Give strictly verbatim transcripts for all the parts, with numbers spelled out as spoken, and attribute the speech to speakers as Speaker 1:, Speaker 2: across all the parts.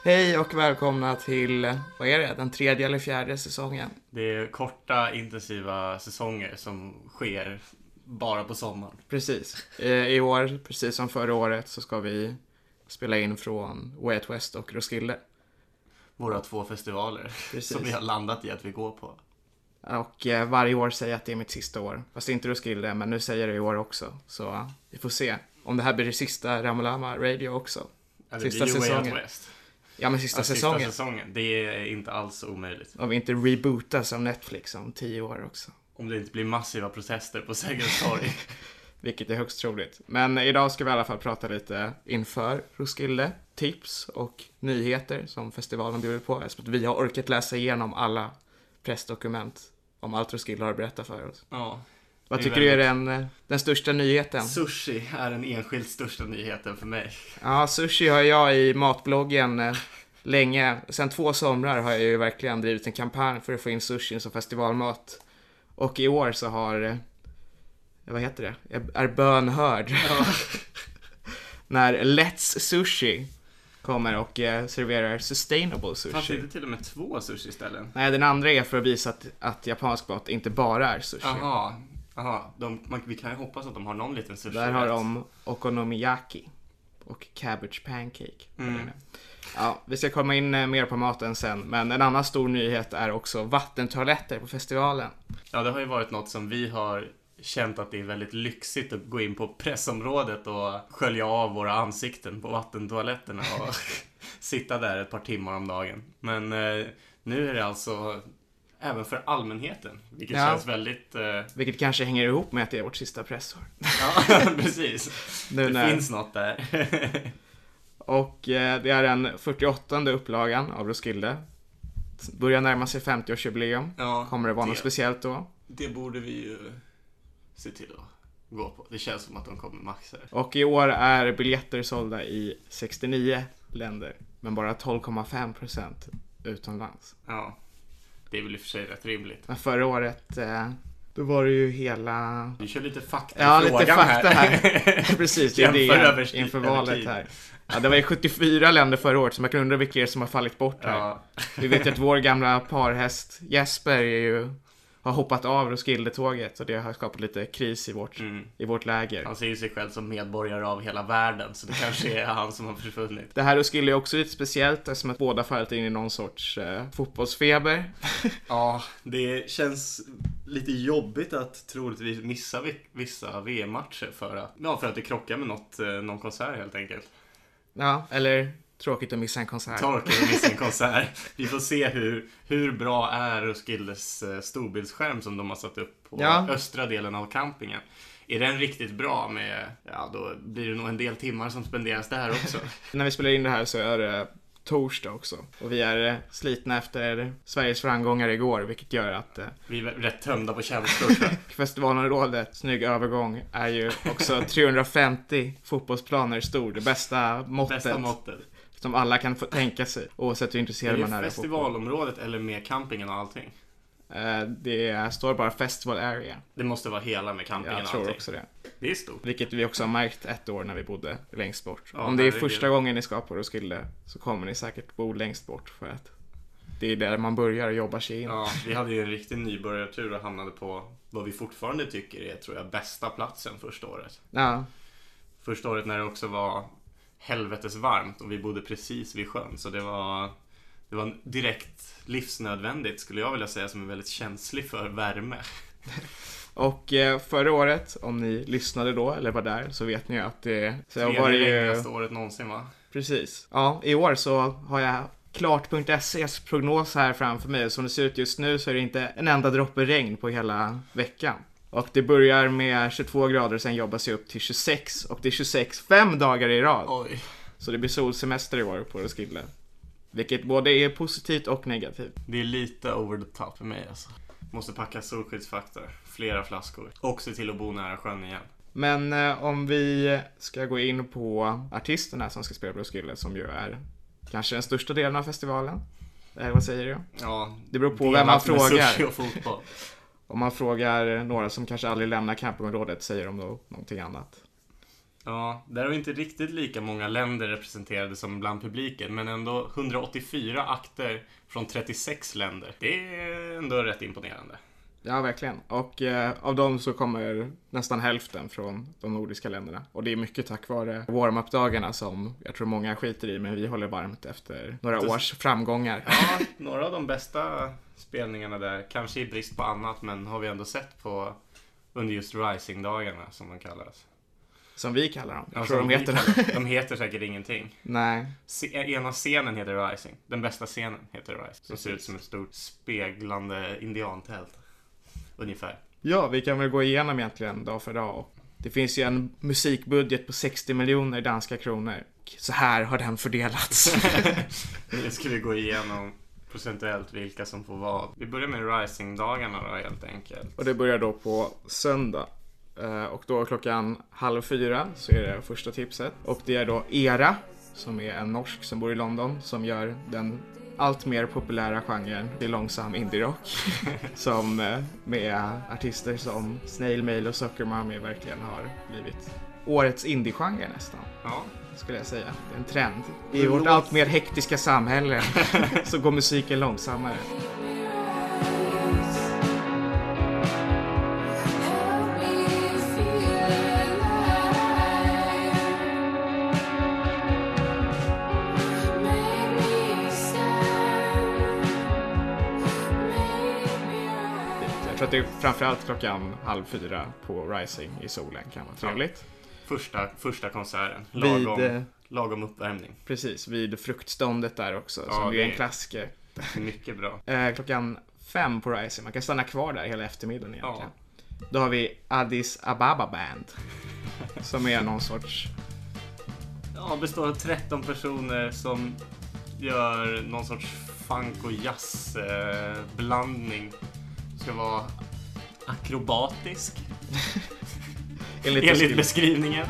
Speaker 1: Hej och välkomna till, vad är det, den tredje eller fjärde säsongen.
Speaker 2: Det är korta, intensiva säsonger som sker bara på sommaren.
Speaker 1: Precis. I år, precis som förra året, så ska vi spela in från Way Out West och Roskilde.
Speaker 2: Våra två festivaler. Precis. Som vi har landat i att vi går på.
Speaker 1: Och varje år säger jag att det är mitt sista år. Fast inte Roskilde, men nu säger jag det i år också. Så vi får se om det här blir det sista Ramalama Radio också.
Speaker 2: Ja, det
Speaker 1: sista
Speaker 2: blir ju
Speaker 1: säsongen.
Speaker 2: Way Out West.
Speaker 1: Ja, men sista,
Speaker 2: ja,
Speaker 1: säsongen.
Speaker 2: sista säsongen. Det är inte alls omöjligt.
Speaker 1: Om vi inte rebootas av Netflix om tio år också.
Speaker 2: Om det inte blir massiva protester på Sergels torg.
Speaker 1: Vilket är högst troligt. Men idag ska vi i alla fall prata lite inför Roskilde. Tips och nyheter som festivalen bjuder på. Så att vi har orkat läsa igenom alla pressdokument om allt Roskilde har att berätta för oss.
Speaker 2: Ja.
Speaker 1: Vad tycker väldigt... du är den, den största nyheten?
Speaker 2: Sushi är den enskilt största nyheten för mig.
Speaker 1: Ja, sushi har jag i matbloggen eh, länge. Sen två somrar har jag ju verkligen drivit en kampanj för att få in sushi som festivalmat. Och i år så har, eh, vad heter det? Är bön hörd. Ja. När Let's Sushi kommer och eh, serverar sustainable sushi.
Speaker 2: Fanns det inte till och med två sushi-ställen?
Speaker 1: Nej, den andra är för att visa att, att japansk mat inte bara är sushi.
Speaker 2: Jaha. Aha, de, man, vi kan ju hoppas att de har någon liten sushi.
Speaker 1: Där har de okonomiyaki och cabbage pancake. Mm. Ja, vi ska komma in mer på maten sen. Men en annan stor nyhet är också vattentoaletter på festivalen.
Speaker 2: Ja, det har ju varit något som vi har känt att det är väldigt lyxigt att gå in på pressområdet och skölja av våra ansikten på vattentoaletterna och sitta där ett par timmar om dagen. Men eh, nu är det alltså... även för allmänheten, vilket ja, känns väldigt... Eh...
Speaker 1: Vilket kanske hänger ihop med att det är vårt sista pressår.
Speaker 2: Ja, precis.
Speaker 1: Nu
Speaker 2: det
Speaker 1: när...
Speaker 2: finns något där.
Speaker 1: Och eh, det är den fyrtioåttonde upplagan av Roskilde. Börjar närma sig femtioårsjubileum. Ja, kommer det vara det, något speciellt då?
Speaker 2: Det borde vi ju se till att gå på. Det känns som att de kommer maxa.
Speaker 1: Och i år är biljetter sålda i sextionio länder. Men bara tolv komma fem procent utomlands.
Speaker 2: Ja. Det är väl i och för sig rätt rimligt.
Speaker 1: Men förra året, då var det ju hela...
Speaker 2: Du kör lite fakta i
Speaker 1: ja,
Speaker 2: frågan
Speaker 1: lite fakta här. här. Precis, det är det inför valet här. Ja, det var ju sjuttiofyra länder förra året, så man kan undra vilka är som har fallit bort här. Ja. Vi vet ju att vår gamla parhäst Jesper är ju, har hoppat av Roskilde-tåget, och det har skapat lite kris i vårt, mm. i vårt läger.
Speaker 2: Han ser ju sig själv som medborgare av hela världen, så det kanske är han som har försvunnit.
Speaker 1: Det här Roskilde är också lite speciellt, eftersom att båda fallit in i någon sorts eh, fotbollsfeber.
Speaker 2: Ja, det känns lite jobbigt att troligtvis missa vissa V M-matcher för att, ja, för att det krockar med något, någon konsert helt enkelt.
Speaker 1: Ja, eller... tråkigt att missa en konsert.
Speaker 2: Tråkigt att missa en konsert. Vi får se hur, hur bra är Roskildes storbildsskärm som de har satt upp på ja. östra delen av campingen. Är den riktigt bra med, ja, då blir det nog en del timmar som spenderas där också.
Speaker 1: När vi spelar in det här så är det torsdag också. Och vi är slitna efter Sveriges framgångar igår, vilket gör att... Eh,
Speaker 2: vi är rätt tömda på känslor.
Speaker 1: Festivalområdet, snygg övergång, är ju också trehundrafemtio fotbollsplaner stor. Det bästa måttet.
Speaker 2: Bästa måttet.
Speaker 1: Som alla kan få tänka sig, oavsett hur intresserad man är.
Speaker 2: Är det festivalområdet eller med campingen och allting?
Speaker 1: Uh, det står bara festival area.
Speaker 2: Det måste vara hela med campingen och allting.
Speaker 1: Jag tror också det.
Speaker 2: Det är stort.
Speaker 1: Vilket vi också har märkt ett år när vi bodde längst bort. Ja, om det är första gången ni ska på Roskilde så kommer ni säkert bo längst bort, för att det är där man börjar och jobbar sig in.
Speaker 2: Ja, vi hade ju en riktig nybörjartur och hamnade på vad vi fortfarande tycker är, tror jag, bästa platsen första året.
Speaker 1: Ja.
Speaker 2: Första året när det också var helvetes varmt och vi bodde precis vid sjön, så det var det var direkt livsnödvändigt, skulle jag vilja säga, som är väldigt känslig för värme.
Speaker 1: Och eh, förra året, om ni lyssnade då eller var där, så vet ni att det så
Speaker 2: var det regnigaste året någonsin, va?
Speaker 1: Precis. Ja, i år så har jag klart punkt se's prognos här framför mig. Som det ser ut just nu så är det inte en enda droppe regn på hela veckan. Och det börjar med tjugotvå grader, sen jobbar sig upp till tjugosex. Och det är tjugosex fem dagar i rad.
Speaker 2: Oj.
Speaker 1: Så det blir solsemester i år på Roskilde. Vilket både är positivt och negativt.
Speaker 2: Det är lite over the top för mig alltså. Måste packa solskyddsfaktor, flera flaskor. Och se till att bo nära sjön igen.
Speaker 1: Men eh, om vi ska gå in på artisterna som ska spela på Roskilde, som ju är kanske den största delen av festivalen. Eh, vad säger du?
Speaker 2: Ja,
Speaker 1: det beror på vem man frågar.
Speaker 2: Och fotboll.
Speaker 1: Om man frågar några som kanske aldrig lämnar campingområdet, säger de då någonting annat.
Speaker 2: Ja, där har vi inte riktigt lika många länder representerade som bland publiken, men ändå hundraåttiofyra akter från trettiosex länder. Det är ändå rätt imponerande.
Speaker 1: Ja, verkligen. Och eh, av dem så kommer nästan hälften från de nordiska länderna. Och det är mycket tack vare warm-up-dagarna som jag tror många skiter i, men vi håller varmt efter några
Speaker 2: Det...
Speaker 1: års framgångar.
Speaker 2: Ja, några av de bästa spelningarna där, kanske i brist på annat, men har vi ändå sett på under just Rising-dagarna som de kallas.
Speaker 1: Som vi kallar dem. Jag
Speaker 2: ja,
Speaker 1: tror de heter
Speaker 2: kallar, De heter säkert ingenting.
Speaker 1: Nej.
Speaker 2: Ena scenen heter Rising. Den bästa scenen heter Rising. Som ser ut som ett stort speglande indiantält. Ungefär.
Speaker 1: Ja, vi kan väl gå igenom egentligen dag för dag. Det finns ju en musikbudget på sextio miljoner danska kronor. Så här har den fördelats.
Speaker 2: Nu ska vi gå igenom procentuellt vilka som får vad. Vi börjar med Rising-dagarna då, helt enkelt.
Speaker 1: Och det börjar då på söndag. Och då klockan halv fyra så är det första tipset. Och det är då Era, som är en norsk som bor i London, som gör den allt mer populära genren till långsam indie-rock. Som med artister som Snail Mail och Soccer Mommy verkligen har blivit årets indie-genre nästan.
Speaker 2: Ja.
Speaker 1: Skulle jag säga. Det är en trend. I vårt allt mer hektiska samhälle så går musiken långsammare. Jag tror att det är framförallt klockan halv fyra på Rising i solen kan vara trevligt.
Speaker 2: Första, första konserten. Lagom, vid, lagom uppvärmning.
Speaker 1: Precis, vid fruktståndet där också. Ja, som det är en klassiker.
Speaker 2: Mycket bra.
Speaker 1: eh, klockan fem på Rising. Man kan stanna kvar där hela eftermiddagen egentligen. Ja. Då har vi Addis Ababa Band. Som är någon sorts...
Speaker 2: Ja, består av tretton personer som gör någon sorts funk och jazz eh, blandning. Ska vara akrobatisk. Enligt, Enligt beskrivningen.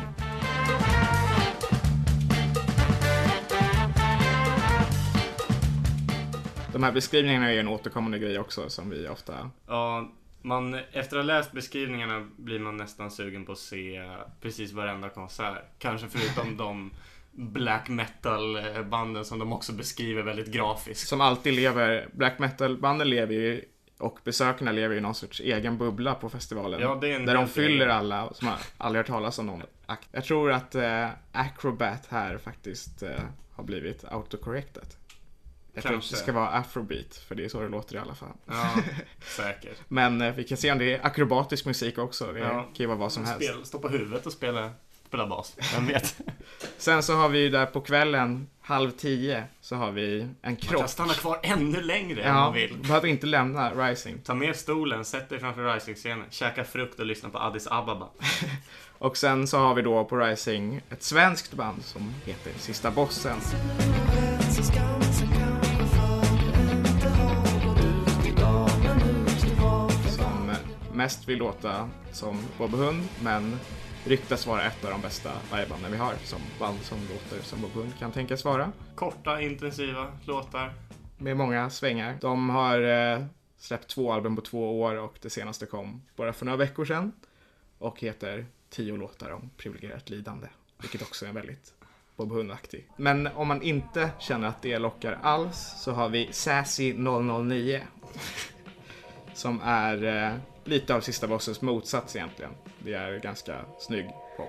Speaker 1: De här beskrivningarna är en återkommande grej också som vi ofta...
Speaker 2: Ja, man, efter att ha läst beskrivningarna blir man nästan sugen på att se precis varenda konsert. Kanske förutom de black metal banden som de också beskriver väldigt grafiskt.
Speaker 1: Som alltid lever, black metal banden lever ju och besökarna lever i någon sorts egen bubbla på festivalen.
Speaker 2: Ja, det är en
Speaker 1: där de fyller alla som har aldrig hört talas om någon akt. Jag tror att eh, Acrobat här faktiskt eh, har blivit autocorrectat. Jag tror att det ska vara Afrobeat, för det är så det låter i alla fall.
Speaker 2: Ja, säkert.
Speaker 1: Men eh, vi kan se om det är akrobatisk musik också. Det ja. kan ju vara vad som helst.
Speaker 2: Spela, stå på huvudet och spela, spela bas, vem vet.
Speaker 1: Sen så har vi där på kvällen, halv tio, så har vi en krock. Man
Speaker 2: kan stanna kvar ännu längre
Speaker 1: ja,
Speaker 2: än man vill.
Speaker 1: Du behöver inte lämna Rising.
Speaker 2: Ta med stolen, sätt dig framför Rising-scenen, käka frukt och lyssna på Addis Ababa.
Speaker 1: Och sen så har vi då på Rising ett svenskt band som heter Sista Bossen. Som mest vill låta som Bob Hund, men ryktas vara ett av de bästa livebanden vi har som band som låter som Bob Hund kan tänkas vara.
Speaker 2: Korta, intensiva låtar.
Speaker 1: Med många svängar. De har eh, släppt två album på två år och det senaste kom bara för några veckor sedan. Och heter Tio låtar om privilegierat lidande. Vilket också är väldigt Bob Hund-aktig. Men om man inte känner att det lockar alls så har vi Sassy noll noll nio. Som är eh, lite av Sista Bossens motsats egentligen. Det är ganska snygg pop.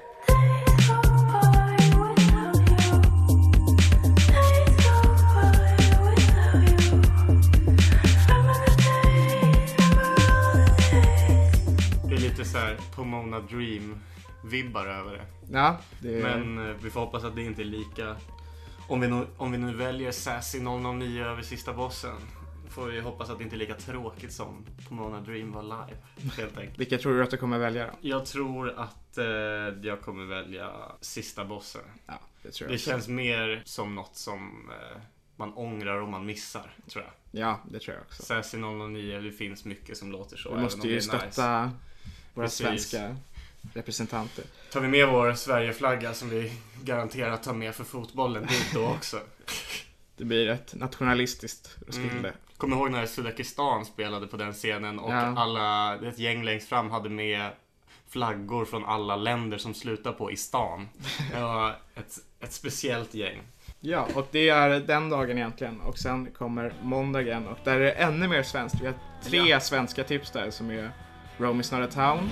Speaker 2: Det är lite så här Pomona Dream vibbar över det.
Speaker 1: Ja, det är...
Speaker 2: Men eh, vi får hoppas att det inte är lika. Om vi nu, om vi nu väljer Sassy noll noll nio över Sista Bossen, får vi hoppas att det inte är lika tråkigt som Pomona Dream var live, helt enkelt.
Speaker 1: Vilka tror du att du kommer välja då?
Speaker 2: Jag tror att eh, jag kommer välja Sista Bossen.
Speaker 1: Ja, det tror jag
Speaker 2: Det
Speaker 1: också.
Speaker 2: känns mer som något som eh, man ångrar och man missar, tror jag.
Speaker 1: Ja, det tror jag också.
Speaker 2: Sassy noll noll nio, det finns mycket som låter så.
Speaker 1: Vi måste ju stötta nice. Våra
Speaker 2: Precis.
Speaker 1: svenska representanter.
Speaker 2: Tar vi med vår Sverigeflagga som vi garanterat tar med för fotbollen dit då också.
Speaker 1: Det blir ett nationalistiskt Roskilde.
Speaker 2: Mm. Kommer ihåg när Sudakistan spelade på den scenen och ja. alla, ett gäng längst fram hade med flaggor från alla länder som slutar på i stan. Det var ett, ett speciellt gäng.
Speaker 1: Ja, och det är den dagen egentligen. Och sen kommer måndagen och där är det ännu mer svenskt. Vi har tre ja. svenska tips där som är Rome is not a town.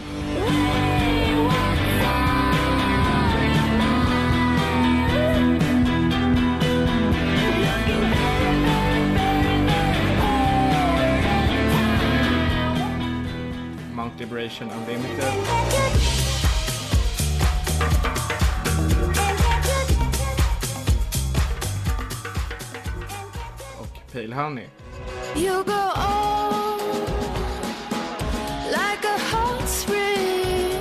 Speaker 1: Mount Liberation Unlimited. Och Pale Honey.
Speaker 3: You go on like a hot spring.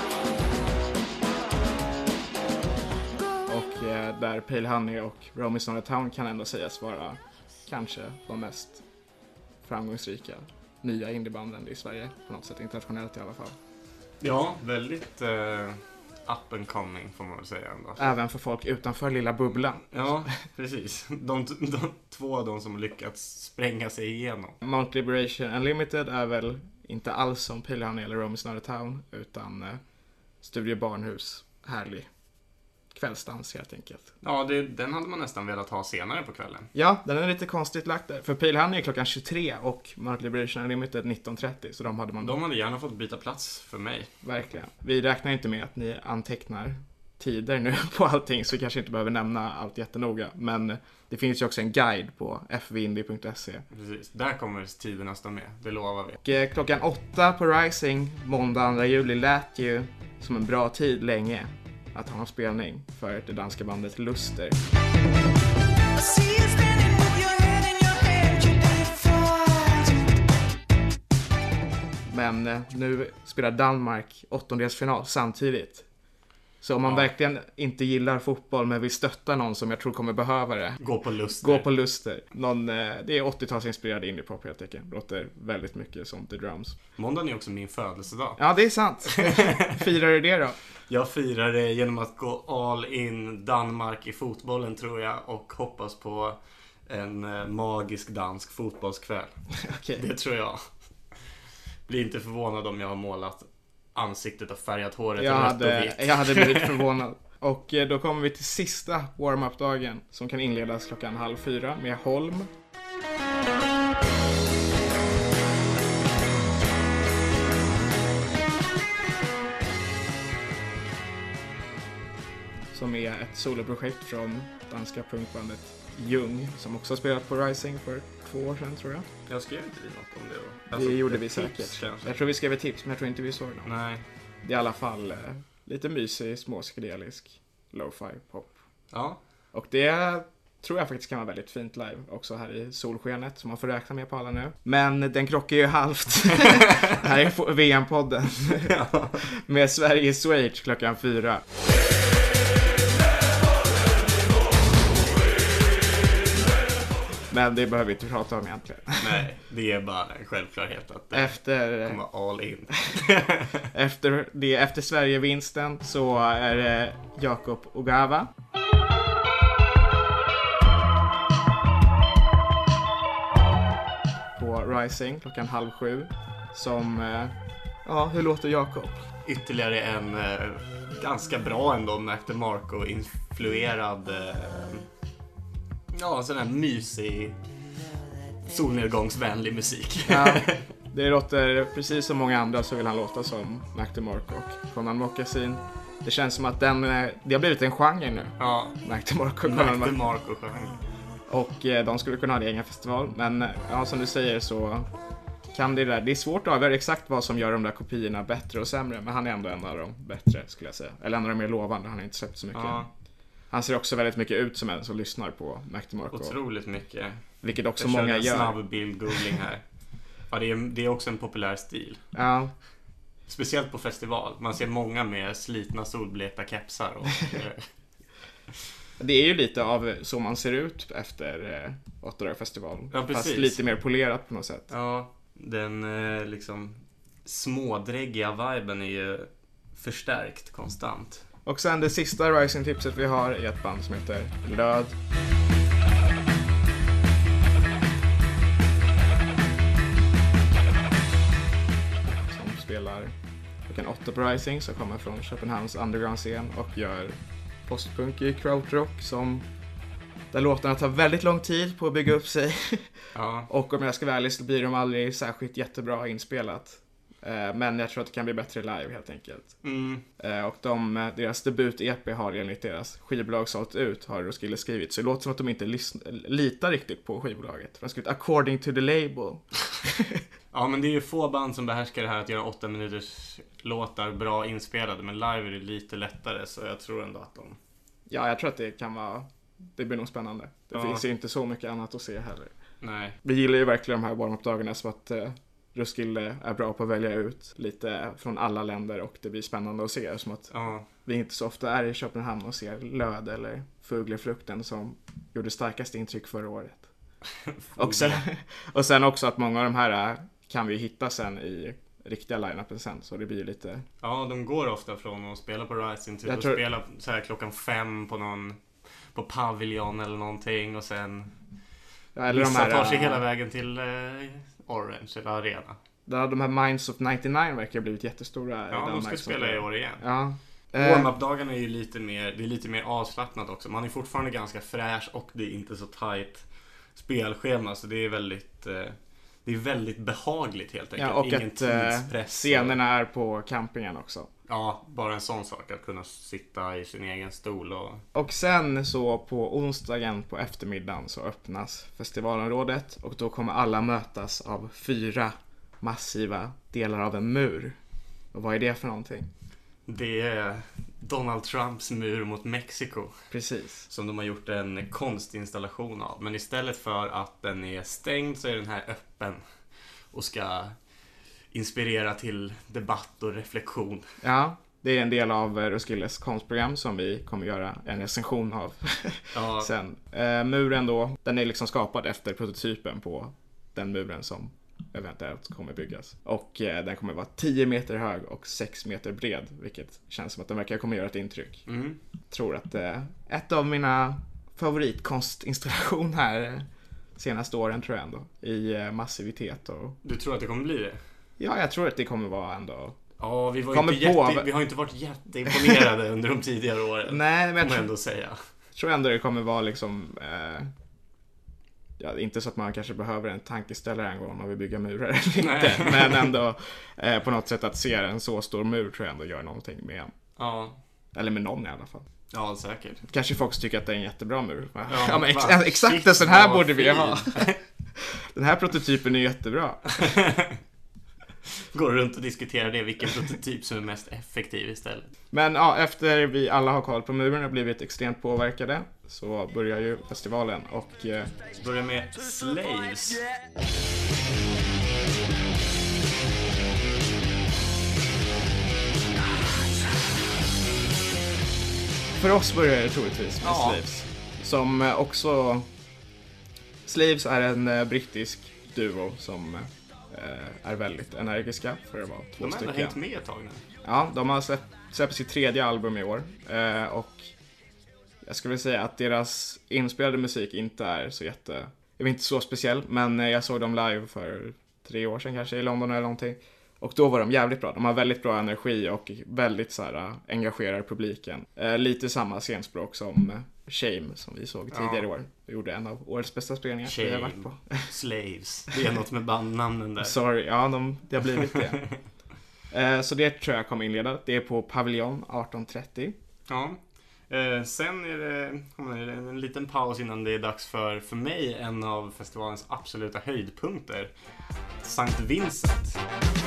Speaker 1: Och eh, där Pale Honey och Rome is not a town kan ändå sägas vara kanske de mest framgångsrika nya indiebanden i Sverige, på något sätt internationellt i alla fall.
Speaker 2: Ja, väldigt uh, up and coming får man väl säga ändå.
Speaker 1: Även för folk utanför lilla bubblan.
Speaker 2: Ja, precis. De, de, de, två av de som lyckats spränga sig igenom.
Speaker 1: Mount Liberation Unlimited är väl inte alls som Pale Honey eller Rome is not a town, utan uh, Studio Barnhus, härlig kvällsdans helt enkelt.
Speaker 2: Ja, det, den hade man nästan velat ha senare på kvällen.
Speaker 1: Ja, den är lite konstigt lagt där. För Pale Honey är klockan tjugotre och Mount Liberation Unlimited nitton trettio. Så de hade man...
Speaker 2: De hade gärna fått byta plats för mig.
Speaker 1: Verkligen. Vi räknar inte med att ni antecknar tider nu på allting, så vi kanske inte behöver nämna allt jättenoga. Men det finns ju också en guide på f v indie punkt se.
Speaker 2: Precis, där kommer tiderna stå med, det lovar vi.
Speaker 1: Och eh, klockan åtta på Rising, måndag andra juli, lät ju som en bra tid länge att ha en spelning för det danska bandet Luster. Men eh, nu spelar Danmark åttondelsfinal samtidigt. Så om man ja. verkligen inte gillar fotboll men vill stötta någon som jag tror kommer behöva det,
Speaker 2: gå på Luster.
Speaker 1: Gå på Luster. Någon, eh, det är åttiotalsinspirerad indiepop helt enkelt. Låter väldigt mycket som The Drums.
Speaker 2: Måndagen är också min födelsedag.
Speaker 1: Ja, det är sant. Firar du det då?
Speaker 2: Jag firar det genom att gå all in Danmark i fotbollen, tror jag, och hoppas på en eh, magisk dansk fotbollskväll.
Speaker 1: Okay.
Speaker 2: Det tror jag. Blir inte förvånad om jag har målat ansiktet och färgat håret
Speaker 1: jag
Speaker 2: rött
Speaker 1: hade,
Speaker 2: och vitt.
Speaker 1: Jag hade blivit förvånad. Och eh, då kommer vi till sista warm-up-dagen som kan inledas klockan halv fyra med Holm. Som är ett soloprojekt från danska punkbandet Jung, som också har spelat på Rising för två år sedan, tror jag.
Speaker 2: Jag skrev inte vi något om det då.
Speaker 1: Det
Speaker 2: Alltså,
Speaker 1: gjorde vi
Speaker 2: tips,
Speaker 1: säkert.
Speaker 2: Kanske.
Speaker 1: Jag tror vi skrev ett tips, men jag tror inte vi såg dem.
Speaker 2: Nej.
Speaker 1: Det är i alla fall eh, lite mysig, småskredelisk lo-fi pop.
Speaker 2: Ja.
Speaker 1: Och det tror jag faktiskt kan vara väldigt fint live också här i solskenet, som man får räkna med på alla nu. Men den krockar ju halvt. Här är V M-podden
Speaker 2: Ja.
Speaker 1: med Sverige-Schweiz klockan fyra. Men det behöver vi inte prata om egentligen.
Speaker 2: Nej, det är bara en självklarhet att det
Speaker 1: efter,
Speaker 2: kommer all in.
Speaker 1: efter, det, efter Sverige-vinsten så är det Jakob Ogava. På Rising klockan halv sju. Som, ja, hur låter Jakob?
Speaker 2: Ytterligare en eh, ganska bra ändå Mac DeMarco-influerad eh, ja, sån här mysig solnedgångsvänlig musik.
Speaker 1: Ja, det låter precis som många andra, så vill han låta som Mac DeMarco och Conan Moccasin. Det känns som att den, det har blivit en genre nu.
Speaker 2: Ja,
Speaker 1: Mac DeMarco och
Speaker 2: Mac
Speaker 1: Conan
Speaker 2: DeMarco-genre.
Speaker 1: Och eh, de skulle kunna ha det i egen festival. Men ja, som du säger så kan det där. Det är svårt att avgöra exakt vad som gör de där kopiorna bättre och sämre. Men han är ändå en av de bättre, skulle jag säga. Eller en av de mer lovande, han har inte släppt så mycket.
Speaker 2: Ja.
Speaker 1: Han ser också väldigt mycket ut som en som lyssnar på Mac DeMarco.
Speaker 2: Otroligt mycket.
Speaker 1: Vilket också
Speaker 2: jag
Speaker 1: många
Speaker 2: en
Speaker 1: gör.
Speaker 2: snabb bild-googling här. Ja, det är, det är också en populär stil.
Speaker 1: Ja.
Speaker 2: Speciellt på festival. Man ser många med slitna solblekta kepsar. Och,
Speaker 1: det är ju lite av så man ser ut efter eh, åtta dagar festival.
Speaker 2: Ja, precis.
Speaker 1: Fast lite mer polerat på något sätt.
Speaker 2: Ja, den eh, liksom smådräggiga viben är ju förstärkt konstant.
Speaker 1: Och sen det sista Rising-tipset vi har är ett band som heter Löd. Som spelar klockan åtta på Rising, som kommer från Köpenhamns underground-scen och gör postpunk i krautrock som där låtarna tar väldigt lång tid på att bygga upp sig.
Speaker 2: Ja.
Speaker 1: Och om jag ska vara ärlig så blir de aldrig särskilt jättebra inspelat. Men jag tror att det kan bli bättre live helt enkelt.
Speaker 2: Mm.
Speaker 1: Och de, deras debut-E P har enligt deras skivbolag sålt ut, har Roskilde skrivit. Så det låter som att de inte lys- litar riktigt på skivbolaget. De har skrivit according to the label.
Speaker 2: Ja, men det är ju få band som behärskar det här att göra åtta minuters låtar bra inspelade. Men live är det lite lättare, så jag tror ändå att de...
Speaker 1: Ja, jag tror att det kan vara... Det blir nog spännande. Det
Speaker 2: Ja.
Speaker 1: finns ju inte så mycket annat att se heller.
Speaker 2: Nej.
Speaker 1: Vi gillar ju verkligen de här warm-up-dagarna, så att eh, Roskilde är bra på att välja ut lite från alla länder, och det blir spännande att se, som att
Speaker 2: Ja.
Speaker 1: vi inte så ofta är i Köpenhamn och ser Löd eller Fugleflukten som gjorde starkast intryck förra året. och, sen, och sen också att många av de här kan vi hitta sen i riktiga line-upen sen, så det blir lite...
Speaker 2: Ja, de går ofta från att spela på Rising till
Speaker 1: Jag
Speaker 2: att
Speaker 1: tror-
Speaker 2: spela så här klockan fem på någon på Pavilion eller någonting, och sen
Speaker 1: Ja, eller de
Speaker 2: vissa
Speaker 1: här,
Speaker 2: tar sig
Speaker 1: äh,
Speaker 2: hela vägen till eh, Orange eller Arena.
Speaker 1: där de här Minds of nittionio verkar ha blivit jättestora. i
Speaker 2: Ja, de
Speaker 1: Danmark
Speaker 2: ska
Speaker 1: som
Speaker 2: spela i
Speaker 1: det-
Speaker 2: år igen.
Speaker 1: Ja. Eh,
Speaker 2: Warm-up-dagarna är ju lite mer, det är lite mer avslappnat också. Man är fortfarande ganska fräsch och det är inte så tight spelschema, så det är väldigt eh, det är väldigt behagligt helt enkelt.
Speaker 1: ja, och
Speaker 2: Ingen
Speaker 1: att eh,
Speaker 2: tidspress.
Speaker 1: scenerna är på campingen också.
Speaker 2: Ja, bara en sån sak att kunna sitta i sin egen stol och...
Speaker 1: Och sen så på onsdagen på eftermiddagen så öppnas festivalområdet, och då kommer alla mötas av fyra massiva delar av en mur. Och vad är det för någonting?
Speaker 2: Det är Donald Trumps mur mot Mexiko
Speaker 1: Precis.
Speaker 2: som de har gjort en konstinstallation av. Men istället för att den är stängd så är den här öppen och ska inspirera till debatt och reflektion.
Speaker 1: Ja, det är en del av eh, Roskildes konstprogram som vi kommer göra en recension av
Speaker 2: Ja,
Speaker 1: sen. Eh, muren då, den är liksom skapad efter prototypen på den muren som eventuellt kommer byggas. Och eh, den kommer vara tio meter hög och sex meter bred, vilket känns som att den verkar kommer göra ett intryck.
Speaker 2: mm.
Speaker 1: Tror att eh, ett av mina favoritkonstinstallationer här eh, senaste åren, tror jag ändå, i eh, massivitet och...
Speaker 2: Du tror att det kommer bli det?
Speaker 1: Ja, jag tror att det kommer vara ändå...
Speaker 2: Ja, vi, var
Speaker 1: Kommer
Speaker 2: inte
Speaker 1: på-
Speaker 2: jätte, vi har inte varit jätteimponerade under de tidigare åren.
Speaker 1: Nej, men jag
Speaker 2: Får man
Speaker 1: tror,
Speaker 2: ändå säga.
Speaker 1: tror ändå det kommer vara liksom... Eh, ja, inte så att man kanske behöver en tankeställare en gång om man vill bygga murar eller inte.
Speaker 2: Nej.
Speaker 1: Men ändå eh, på något sätt att se en så stor mur tror jag ändå gör någonting med...
Speaker 2: Ja,
Speaker 1: Eller med någon i alla fall.
Speaker 2: ja säkert.
Speaker 1: Kanske folk tycker att det är en jättebra mur. Ja,
Speaker 2: Ja,
Speaker 1: men ex-
Speaker 2: va?
Speaker 1: exakt
Speaker 2: Shit,
Speaker 1: en sån här
Speaker 2: vad
Speaker 1: borde vi
Speaker 2: fin.
Speaker 1: ha. Den här prototypen är jättebra.
Speaker 2: Går runt och diskuterar det, vilken prototyp som är mest effektiv istället.
Speaker 1: Men ja, efter vi alla har koll på muren och blivit extremt påverkade så börjar ju festivalen och eh,
Speaker 2: Börjar med Slaves.
Speaker 1: för oss börjar det troligtvis med
Speaker 2: Ja.
Speaker 1: Slaves. Som eh, också... Slaves är en eh, brittisk duo som eh, är väldigt energiska för att vara två
Speaker 2: De har ändå
Speaker 1: stycken.
Speaker 2: hängt med ett tag nu.
Speaker 1: Ja, de har släppt, släppt sitt tredje album i år. Eh, och jag skulle säga att deras inspelade musik inte är så jätte... Jag vet inte så speciell, men eh, jag såg dem live för tre år sedan kanske i London eller någonting. Och då var de jävligt bra. De har väldigt bra energi och väldigt så här, äh, engagerar publiken. Eh, lite samma scenspråk som eh, Shame som vi såg tidigare
Speaker 2: Ja.
Speaker 1: i år. Vi gjorde en av årets bästa spelningar vi har varit på.
Speaker 2: Slaves. Det är något med bandnamnen där.
Speaker 1: Sorry, ja de, det har blivit det. eh, så det tror jag kommer inleda. Det är på Pavilion arton trettio.
Speaker 2: Ja. Eh, sen är det, kommer det en liten paus innan det är dags för, för mig, en av festivalens absoluta höjdpunkter. Sankt Vincent.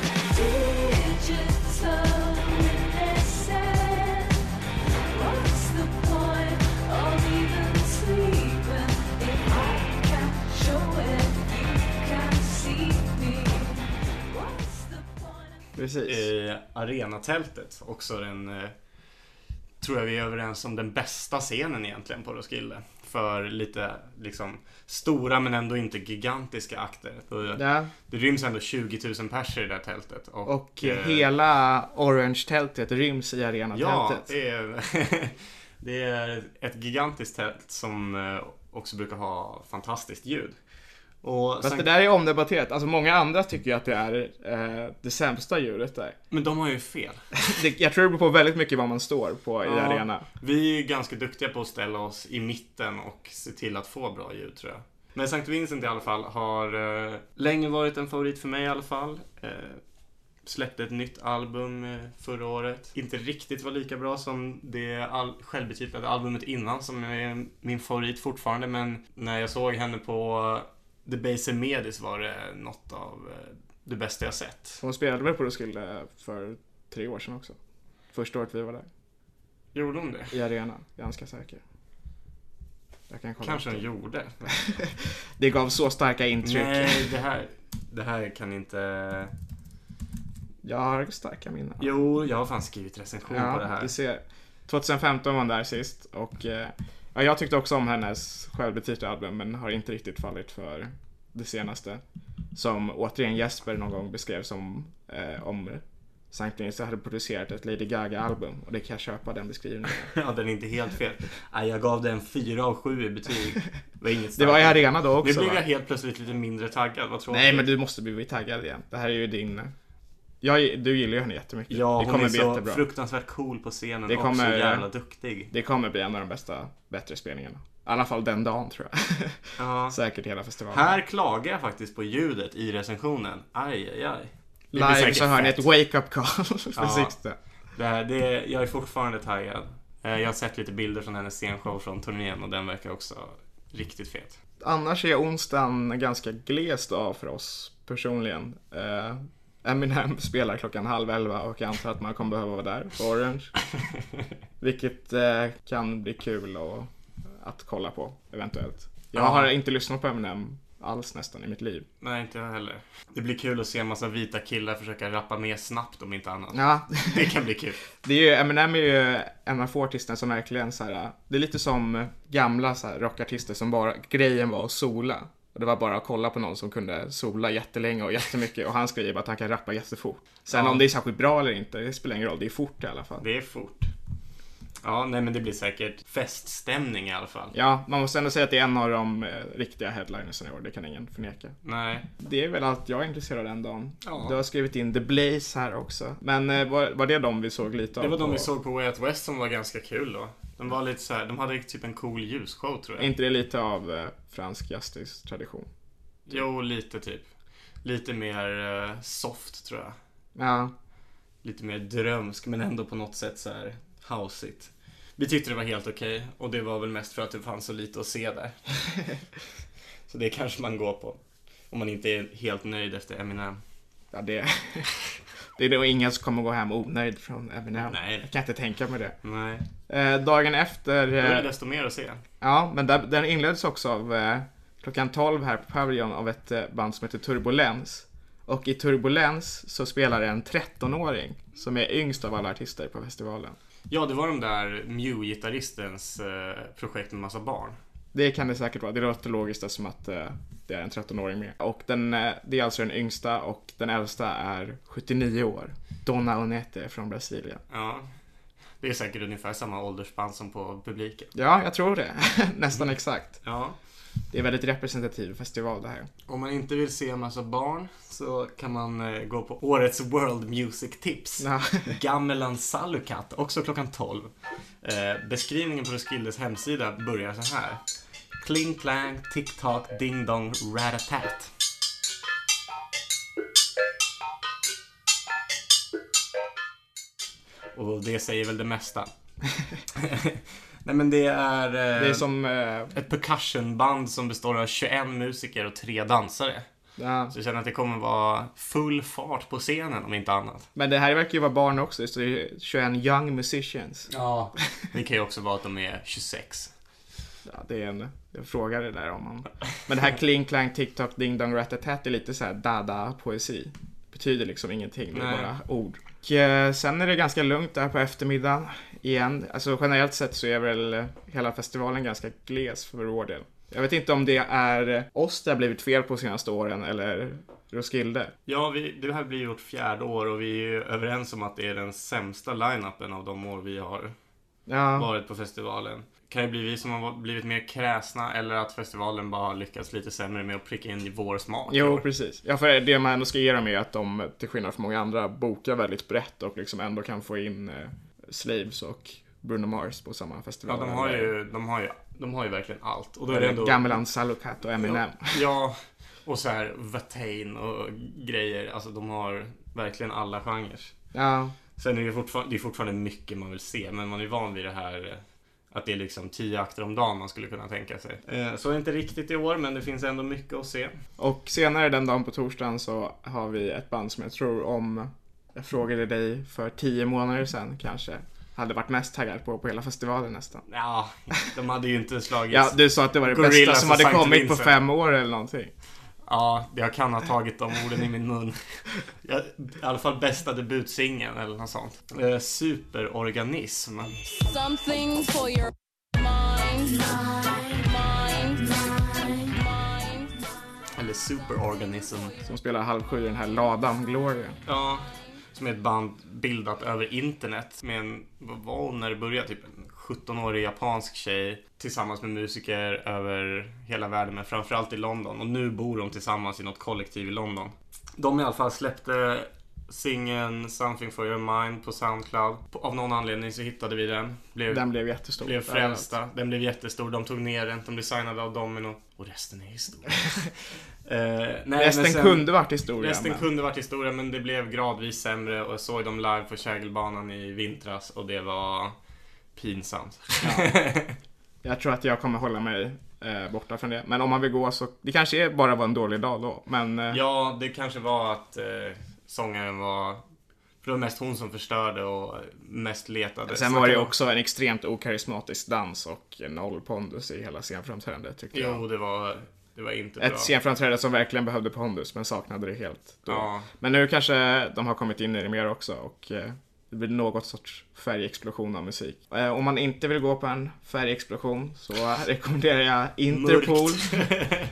Speaker 3: Digital innocent. What's the point of even sleeping if I can't show it, you can't see me? What's the point?
Speaker 1: Precis.
Speaker 2: I arenatältet. Också den, eh, tror jag vi är överens om, den bästa scenen egentligen på Roskilde. För lite liksom stora men ändå inte gigantiska akter. För
Speaker 1: Ja,
Speaker 2: det ryms ändå tjugo tusen personer i det här tältet. Och,
Speaker 1: och
Speaker 2: eh,
Speaker 1: hela Orange-tältet ryms i
Speaker 2: ja,
Speaker 1: arenatältet.
Speaker 2: det är, det är ett gigantiskt tält som eh, också brukar ha fantastiskt ljud. Och
Speaker 1: Fast
Speaker 2: sen,
Speaker 1: det där är omdebatterat. Alltså många andra tycker ju att det är eh, det sämsta ljudet där.
Speaker 2: Men de har ju fel.
Speaker 1: Det, jag tror det beror på väldigt mycket vad man står på i
Speaker 2: Ja.
Speaker 1: arena.
Speaker 2: Vi är ju ganska duktiga på att ställa oss i mitten och se till att få bra ljud, tror jag. Men Sankt Vincent i alla fall har eh, länge varit en favorit för mig i alla fall. Eh, släppte ett nytt album eh, förra året. Inte riktigt var lika bra som det all- självbetitlade albumet innan, som är min favorit fortfarande. Men när jag såg henne på The Base Medis var det något av eh, det bästa jag sett.
Speaker 1: Hon spelade väl på Roskilde för tre år sedan också. Första året vi var där.
Speaker 2: Gjorde hon det?
Speaker 1: I arena, ganska säker. Jag kan kolla
Speaker 2: Kanske
Speaker 1: upp
Speaker 2: hon
Speaker 1: det.
Speaker 2: gjorde.
Speaker 1: Det gav så starka intryck.
Speaker 2: Nej, det här, det här kan inte...
Speaker 1: Jag har starka minnen.
Speaker 2: Jo, jag har fan skrivit recension
Speaker 1: Ja,
Speaker 2: på det här.
Speaker 1: du ser. tjugohundrafemton var hon där sist och eh, ja, jag tyckte också om hennes självbetitlade album men har inte riktigt fallit för det senaste. Som återigen Jesper någon gång beskrev som eh, om Sankt Vincent hade producerat ett Lady Gaga-album och det kan jag köpa den beskrivningen.
Speaker 2: Ja, den är inte helt fel. Nej, jag gav den fyra av sju i betyg. Det var inget
Speaker 1: Det var i
Speaker 2: starkt.
Speaker 1: arena då också.
Speaker 2: Nu blev
Speaker 1: va?
Speaker 2: jag helt plötsligt lite mindre taggad. Vad tror
Speaker 1: Nej, men du måste bli taggad igen. Det här är ju din... Jag, du gillar ju henne jättemycket.
Speaker 2: Ja,
Speaker 1: det
Speaker 2: hon
Speaker 1: kommer
Speaker 2: är
Speaker 1: bli
Speaker 2: så
Speaker 1: jättebra.
Speaker 2: fruktansvärt cool på scenen
Speaker 1: Det
Speaker 2: och
Speaker 1: kommer-
Speaker 2: så jävla duktig.
Speaker 1: Det kommer bli en av de bästa, bättre spelningarna. I alla fall den dagen tror jag.
Speaker 2: Ja.
Speaker 1: Säkert hela festivalen.
Speaker 2: Här klagar jag faktiskt på ljudet i recensionen. Aj, aj, aj. Det blir
Speaker 1: Live
Speaker 2: säkert
Speaker 1: så hör ni
Speaker 2: fett.
Speaker 1: ett wake-up call för
Speaker 2: Ja.
Speaker 1: Sixten.
Speaker 2: Det här, det, jag är fortfarande taggad. Eh, Jag har sett lite bilder från hennes scenshow från turnén och den verkar också riktigt fet.
Speaker 1: Annars är onsdagen ganska glest av för oss personligen. Eh, Eminem spelar klockan halv elva och jag antar att man kommer behöva vara där på Orange. Vilket eh, kan bli kul och, att kolla på eventuellt. Jag
Speaker 2: Ja.
Speaker 1: har inte lyssnat på Eminem alls nästan i mitt liv.
Speaker 2: Nej, inte jag heller. Det blir kul att se en massa vita killar försöka rappa mer snabbt om inte annat.
Speaker 1: Ja,
Speaker 2: Det kan bli kul.
Speaker 1: det är ju, Eminem är ju en av få artister som verkligen så här. Det är lite som gamla så här, rockartister som bara, grejen var att sola. Och det var bara att kolla på någon som kunde sola jättelänge och jättemycket. Och hans grej var att han kan rappa jättefort. Sen
Speaker 2: Ja.
Speaker 1: om det är särskilt bra eller inte, det spelar ingen roll. Det är fort i alla fall.
Speaker 2: Det är fort. Ja, nej men det blir säkert feststämning i alla fall.
Speaker 1: Ja, man måste ändå säga att det är en av de eh, riktiga headlinersen i år. Det kan ingen förneka.
Speaker 2: Nej.
Speaker 1: Det är väl allt jag är intresserad av den dagen.
Speaker 2: Ja.
Speaker 1: Du har skrivit in The Blaze här också. Men eh, var, var det de vi såg lite av?
Speaker 2: Det var de
Speaker 1: på-
Speaker 2: vi såg på Way Out West som var ganska kul då. De var lite så här, de hade typ en cool ljusshow tror
Speaker 1: Är
Speaker 2: jag.
Speaker 1: inte det lite av eh, fransk Justice-tradition?
Speaker 2: Jo, lite typ. Lite mer eh, soft tror jag.
Speaker 1: Ja,
Speaker 2: Lite mer drömsk men ändå på något sätt så här houseigt. Vi tyckte det var helt okej och det var väl mest för att det fanns så lite att se där. Så det kanske man går på. Om man inte är helt nöjd efter Eminem.
Speaker 1: ja det, det är nog ingen som kommer gå hem onöjd från Eminem.
Speaker 2: Nej.
Speaker 1: Jag kan inte tänka mig det.
Speaker 2: Nej.
Speaker 1: Eh, dagen efter...
Speaker 2: Då är det
Speaker 1: Eh,
Speaker 2: desto mer att se.
Speaker 1: ja, men där, den inleddes också av eh, klockan tolv här på Pavilion av ett eh, band som heter Turbulens. Och i Turbulens så spelar en tretton-åring som är yngst av alla artister på festivalen.
Speaker 2: Ja, det var de där Mew-gitarristens eh, projekt med massa barn.
Speaker 1: Det kan det säkert vara. Det låter logiskt som att eh, det är en tretton-åring med. Och den, eh, det är alltså den yngsta och den äldsta är sjuttionio år. Donna Onete från Brasilien.
Speaker 2: Ja. Det är säkert ungefär samma åldersspann som på publiken.
Speaker 1: Ja, jag tror det. Nästan exakt.
Speaker 2: Ja.
Speaker 1: Det är väldigt representativ festival det här.
Speaker 2: Om man inte vill se en massa barn så kan man eh, gå på årets World Music Tips.
Speaker 1: Ja.
Speaker 2: Gamelan Salukat, också klockan tolv. Eh, beskrivningen på Roskildes hemsida börjar så här. Kling klang, tick tock, ding dong, rat-a-tat. Och det säger väl det mesta. Nej men det är... Eh,
Speaker 1: Det är som... Eh,
Speaker 2: ett percussionband som består av tjugoen musiker och tre dansare.
Speaker 1: ja.
Speaker 2: Så jag känner att det kommer vara full fart på scenen om inte annat.
Speaker 1: Men det här verkar ju vara barn också, så det är tjugoen young musicians.
Speaker 2: Ja. Det kan ju också vara att de är tjugosex.
Speaker 1: Ja, det är en... Jag frågar det där om man... Men det här kling, klang, tick-tock, ding dong, rat-a-tat är lite så här dada-poesi. Betyder liksom ingenting, det är
Speaker 2: Nej.
Speaker 1: bara ord. Och eh, sen är det ganska lugnt där på eftermiddagen igen. Alltså generellt sett så är väl eh, hela festivalen ganska gles för vår del. Jag vet inte om det är oss det har blivit fel på senaste åren eller Roskilde.
Speaker 2: Ja, vi, det här blir vårt fjärde år och vi är ju överens om att det är den sämsta line-upen av de år vi har
Speaker 1: Ja,
Speaker 2: varit på festivalen. kan det bli vi som har blivit mer kräsna eller att festivalen bara har lyckats lite sämre med att pricka in i vår smak?
Speaker 1: Jo,
Speaker 2: Eller?
Speaker 1: precis. Ja, för det man ändå ska ge dem är att de, till skillnad från många andra, bokar väldigt brett och liksom ändå kan få in eh, Slaves och Bruno Mars på samma
Speaker 2: Ja,
Speaker 1: festival.
Speaker 2: de har ju, de har ju, de har ju verkligen allt. Och då är det ändå...
Speaker 1: Gamelan Salukhat och Eminem.
Speaker 2: Ja, ja, och så här Watain och grejer. Alltså de har verkligen alla genrer.
Speaker 1: Ja,
Speaker 2: Sen är det fortfarande, det är fortfarande mycket man vill se, men man är van vid det här att det är liksom tio akter om dagen man skulle kunna tänka sig. Eh, så är det inte riktigt i år, men det finns ändå mycket att se.
Speaker 1: och senare den dagen på torsdagen så har vi ett band som jag tror om jag frågade dig för tio månader sedan kanske hade varit mest taggad på på hela festivalen nästan.
Speaker 2: Ja, de hade ju inte slagit...
Speaker 1: Ja, du sa att det var det
Speaker 2: Gorillaz
Speaker 1: bästa som
Speaker 2: och
Speaker 1: hade
Speaker 2: Saint
Speaker 1: kommit på
Speaker 2: Vincent.
Speaker 1: fem år eller någonting.
Speaker 2: Ja, jag kan ha tagit de orden i min mun. Jag, I alla fall bästa debutsingeln eller något sånt. Eh, superorganism.
Speaker 4: Something for your mind, mind, mind, mind.
Speaker 2: Eller superorganism.
Speaker 1: Som spelar halv sju i den här ladan Gloria.
Speaker 2: Ja, som är ett band bildat över internet med en, vad var hon när det började? Typ en sjutton-årig japansk tjej tillsammans med musiker över hela världen, men framförallt i London. Och nu bor de tillsammans i något kollektiv i London. De i alla fall släppte singeln Something for your mind på Soundcloud. Av någon anledning så hittade vi den. Blev,
Speaker 1: Den blev jättestor.
Speaker 2: blev frälsta. Den blev jättestor. De tog ner den. De blev signade av Domino. Och resten är historia. uh, nej,
Speaker 1: Resten
Speaker 2: men sen-
Speaker 1: kunde varit historia.
Speaker 2: Resten
Speaker 1: men...
Speaker 2: kunde varit historia, men det blev gradvis sämre. Och jag såg dem live på Kägelbanan i vintras. Och det var pinsamt.
Speaker 1: Jag tror att jag kommer hålla mig eh, borta från det. Men om man vill gå så... Det kanske är bara var en dålig dag då. Men eh,
Speaker 2: Ja, det kanske var att eh, sångaren var... För det var mest hon som förstörde och mest letade.
Speaker 1: sen
Speaker 2: Så
Speaker 1: var det
Speaker 2: att
Speaker 1: också en extremt okarismatisk dans och noll pondus i hela scenframträdandet tyckte jag.
Speaker 2: Jo, det var, det var inte bra.
Speaker 1: Ett scenframträdande som verkligen behövde pondus men saknade det helt då.
Speaker 2: Ja.
Speaker 1: Men nu kanske de har kommit in i det mer också och eh, det blir något sorts färgexplosion av musik. Eh, om man inte vill gå på en färgexplosion så rekommenderar jag Interpol.
Speaker 2: Mörkt.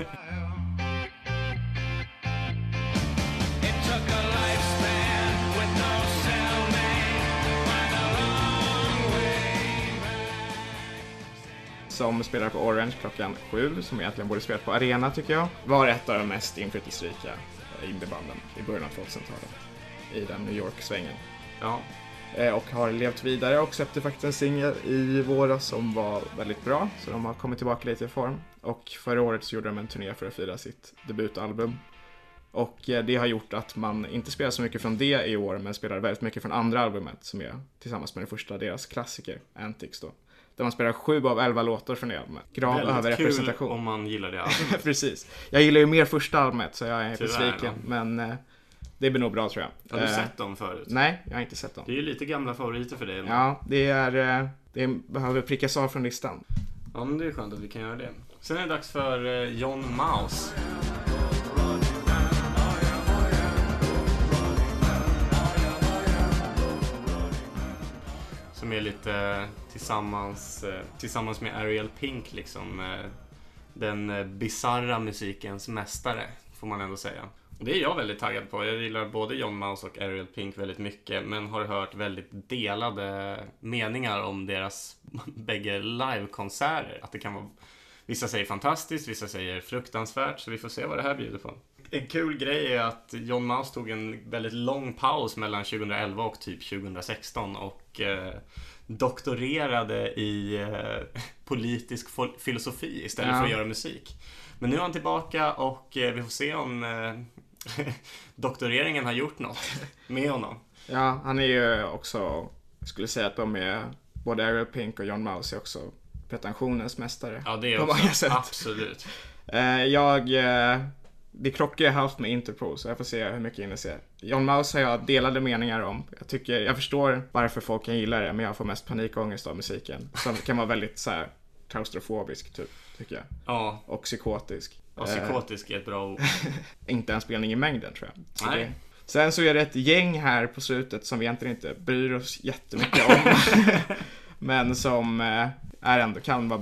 Speaker 1: Som spelar på Orange klockan sju, som egentligen borde spela på Arena tycker jag. Var ett av de mest inflytelserika indiebanden i början av tvåtusentalet i den New York-svängen.
Speaker 2: Ja.
Speaker 1: Eh, och har levt vidare och släppte faktiskt en singel i våras som var väldigt bra. Så de har kommit tillbaka lite i form. Och förra året så gjorde de en turné för att fira sitt debutalbum. Och eh, det har gjort att man inte spelar så mycket från det i år, men spelar väldigt mycket från andra albumet som är tillsammans med den första deras klassiker, Antics då. Där man spelar sju av elva låtar från det albumet. Grav
Speaker 2: Väldigt
Speaker 1: överrepresentation.
Speaker 2: kul om man gillar det albumet.
Speaker 1: Precis. Jag gillar ju mer första albumet så jag är
Speaker 2: Tyvärr,
Speaker 1: besviken.
Speaker 2: ja.
Speaker 1: Men eh, det blir nog bra tror jag.
Speaker 2: Har du
Speaker 1: Eh,
Speaker 2: sett dem förut?
Speaker 1: Nej, jag har inte sett dem.
Speaker 2: Det är ju lite gamla favoriter för dig. ändå.
Speaker 1: Ja, det är... eh, Det behöver prickas av från listan.
Speaker 2: Ja, men det är skönt att vi kan göra det. Sen är det dags för eh, John Mouse. Som är lite eh, tillsammans, eh, tillsammans med Ariel Pink liksom. eh, Den eh, bizarra musikens mästare, får man ändå säga. Och det är jag väldigt taggad på. Jag gillar både John Mouse och Ariel Pink väldigt mycket, men har hört väldigt delade meningar om deras bägge livekonserter. Att det kan vara... Vissa säger fantastiskt, vissa säger fruktansvärt, så vi får se vad det här bjuder på. En kul grej är att John Mouse tog en väldigt lång paus mellan tjugoelva och typ tjugohundrasexton och eh, doktorerade i eh, politisk fol- filosofi istället
Speaker 1: Ja.
Speaker 2: för att göra musik. Men nu är han tillbaka och eh, vi får se om eh, doktoreringen har gjort något med honom.
Speaker 1: Ja, han är ju också... Jag skulle säga att de är... Både Ariel Pink och John Mouse är också pretensionens mästare.
Speaker 2: Ja, det är
Speaker 1: På många
Speaker 2: också,
Speaker 1: sätt.
Speaker 2: absolut.
Speaker 1: Eh, jag... Eh, det krockar jag haft med Interpol så jag får se hur mycket jag hinner se. John Mouse har jag delade meningar om. Jag tycker, jag förstår varför folk kan gilla det, men jag får mest panikångest av musiken. Som kan vara väldigt så här klaustrofobisk typ, tycker jag.
Speaker 2: Ja,
Speaker 1: Och psykotisk.
Speaker 2: och psykotisk är ett bra ord.
Speaker 1: Eh, inte en spelning i mängden tror jag. Så
Speaker 2: Nej.
Speaker 1: det, sen så är det ett gäng här på slutet som vi egentligen inte bryr oss jättemycket om. Men som eh, är ändå kan vara bra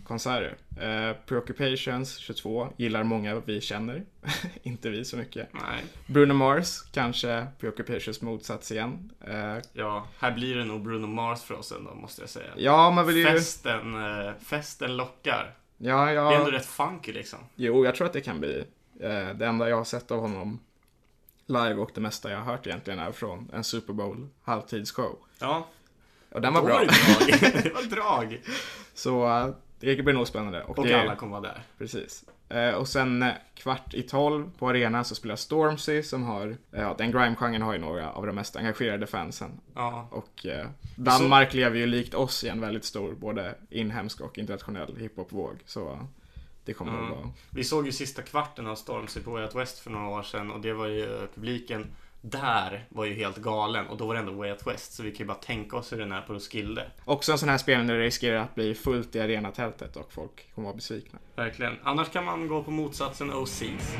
Speaker 1: konserter. Eh, Preoccupations tjugotvå gillar många vi känner. Inte vi så mycket.
Speaker 2: Nej.
Speaker 1: Bruno Mars, kanske Preoccupations motsats igen. Eh,
Speaker 2: Ja, här blir det nog Bruno Mars för oss ändå, måste jag säga.
Speaker 1: ja, man vill ju...
Speaker 2: Festen, eh, festen lockar.
Speaker 1: Ja, ja.
Speaker 2: Det är ändå rätt funky liksom.
Speaker 1: Jo, jag tror att det kan bli. Eh, det enda jag har sett av honom live och det mesta jag har hört egentligen är från en Super Bowl halvtidsshow.
Speaker 2: Ja,
Speaker 1: Och den var
Speaker 2: då
Speaker 1: bra.
Speaker 2: var det drag. Det var drag.
Speaker 1: Så eh, det blir nog spännande. Och,
Speaker 2: Och
Speaker 1: det,
Speaker 2: alla kommer vara där.
Speaker 1: Precis. Eh, och sen eh, kvart i tolv på arenan så spelar Stormzy som har, ja, den grime-genren har ju några av de mest engagerade fansen.
Speaker 2: Ja.
Speaker 1: Och eh, Danmark lever ju likt oss i en väldigt stor, både inhemsk och internationell hiphop-våg. Så eh, det kommer
Speaker 2: Mm.
Speaker 1: nog vara...
Speaker 2: Vi såg ju sista kvarten av Stormzy på Way Out West för några år sedan. Och det var ju publiken där var ju helt galen. Och då var det ändå Way Out West. Så vi kan ju bara tänka oss hur den är på Roskilde.
Speaker 1: Också en sån här spelning där det riskerar att bli fullt i arenatältet och folk kommer vara besvikna.
Speaker 2: Verkligen. Annars kan man gå på motsatsen O C's.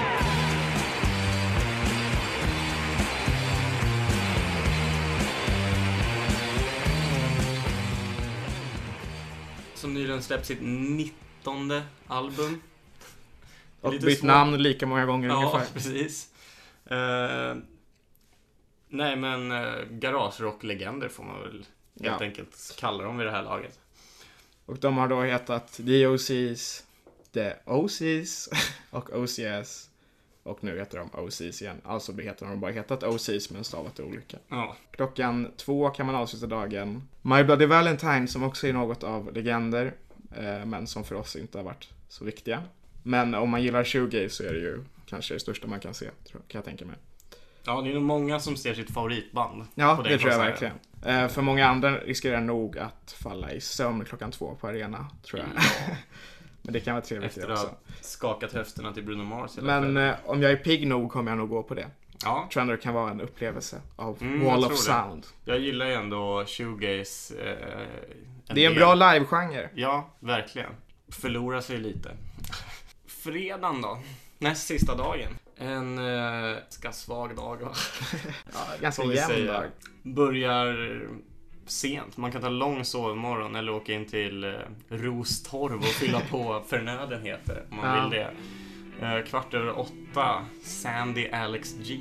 Speaker 2: Som nyligen släppt sitt nittonde album.
Speaker 1: Och
Speaker 2: Lite
Speaker 1: bytt
Speaker 2: svårt.
Speaker 1: namn lika många gånger
Speaker 2: Ja,
Speaker 1: ungefär.
Speaker 2: precis. Uh, nej, men uh, garage-rock-legender får man väl helt
Speaker 1: Ja.
Speaker 2: enkelt kalla dem vid det här laget.
Speaker 1: Och de har då hetat The O C's, The O C's och O C S. Och nu heter de O C's igen. Alltså heter de bara hetat O C's men stavat olika.
Speaker 2: Ja.
Speaker 1: Klockan två kan man avsluta dagen. My Bloody Valentine som också är något av legender. Eh, men som för oss inte har varit så viktiga. Men om man gillar tjugo så är det ju kanske det största man kan se, tror jag, kan jag tänka mig.
Speaker 2: Ja, det är nog många som ser sitt favoritband.
Speaker 1: Ja,
Speaker 2: på
Speaker 1: det
Speaker 2: den
Speaker 1: tror jag
Speaker 2: konserten.
Speaker 1: verkligen. Eh, för många andra riskerar nog att falla i sömn klockan två på arena, tror jag.
Speaker 2: Ja.
Speaker 1: Men det kan vara trevligt
Speaker 2: Efter
Speaker 1: det
Speaker 2: att
Speaker 1: också.
Speaker 2: ha skakat höfterna till Bruno Mars hela
Speaker 1: Men
Speaker 2: kvällen.
Speaker 1: eh, om jag är pigg nog kommer jag nog gå på det.
Speaker 2: Ja,
Speaker 1: Tror ändå det kan vara en upplevelse av
Speaker 2: Mm,
Speaker 1: Wall
Speaker 2: jag
Speaker 1: of
Speaker 2: tror det.
Speaker 1: Sound.
Speaker 2: jag gillar ju ändå shoegaze. Eh,
Speaker 1: Det är en
Speaker 2: del.
Speaker 1: bra live-genre.
Speaker 2: Ja, verkligen. Förlorar sig lite. Fredagen då? Näst sista dagen. En eh, ska svag dag va?
Speaker 1: Ja, ganska
Speaker 2: Får vi
Speaker 1: jämn
Speaker 2: säga.
Speaker 1: dag.
Speaker 2: Börjar sent. Man kan ta lång sovmorgon eller åka in till eh, Rostorv och fylla på förnödenheter om man
Speaker 1: Ja.
Speaker 2: vill det. Eh, kvart över åtta. Sandy Alex G.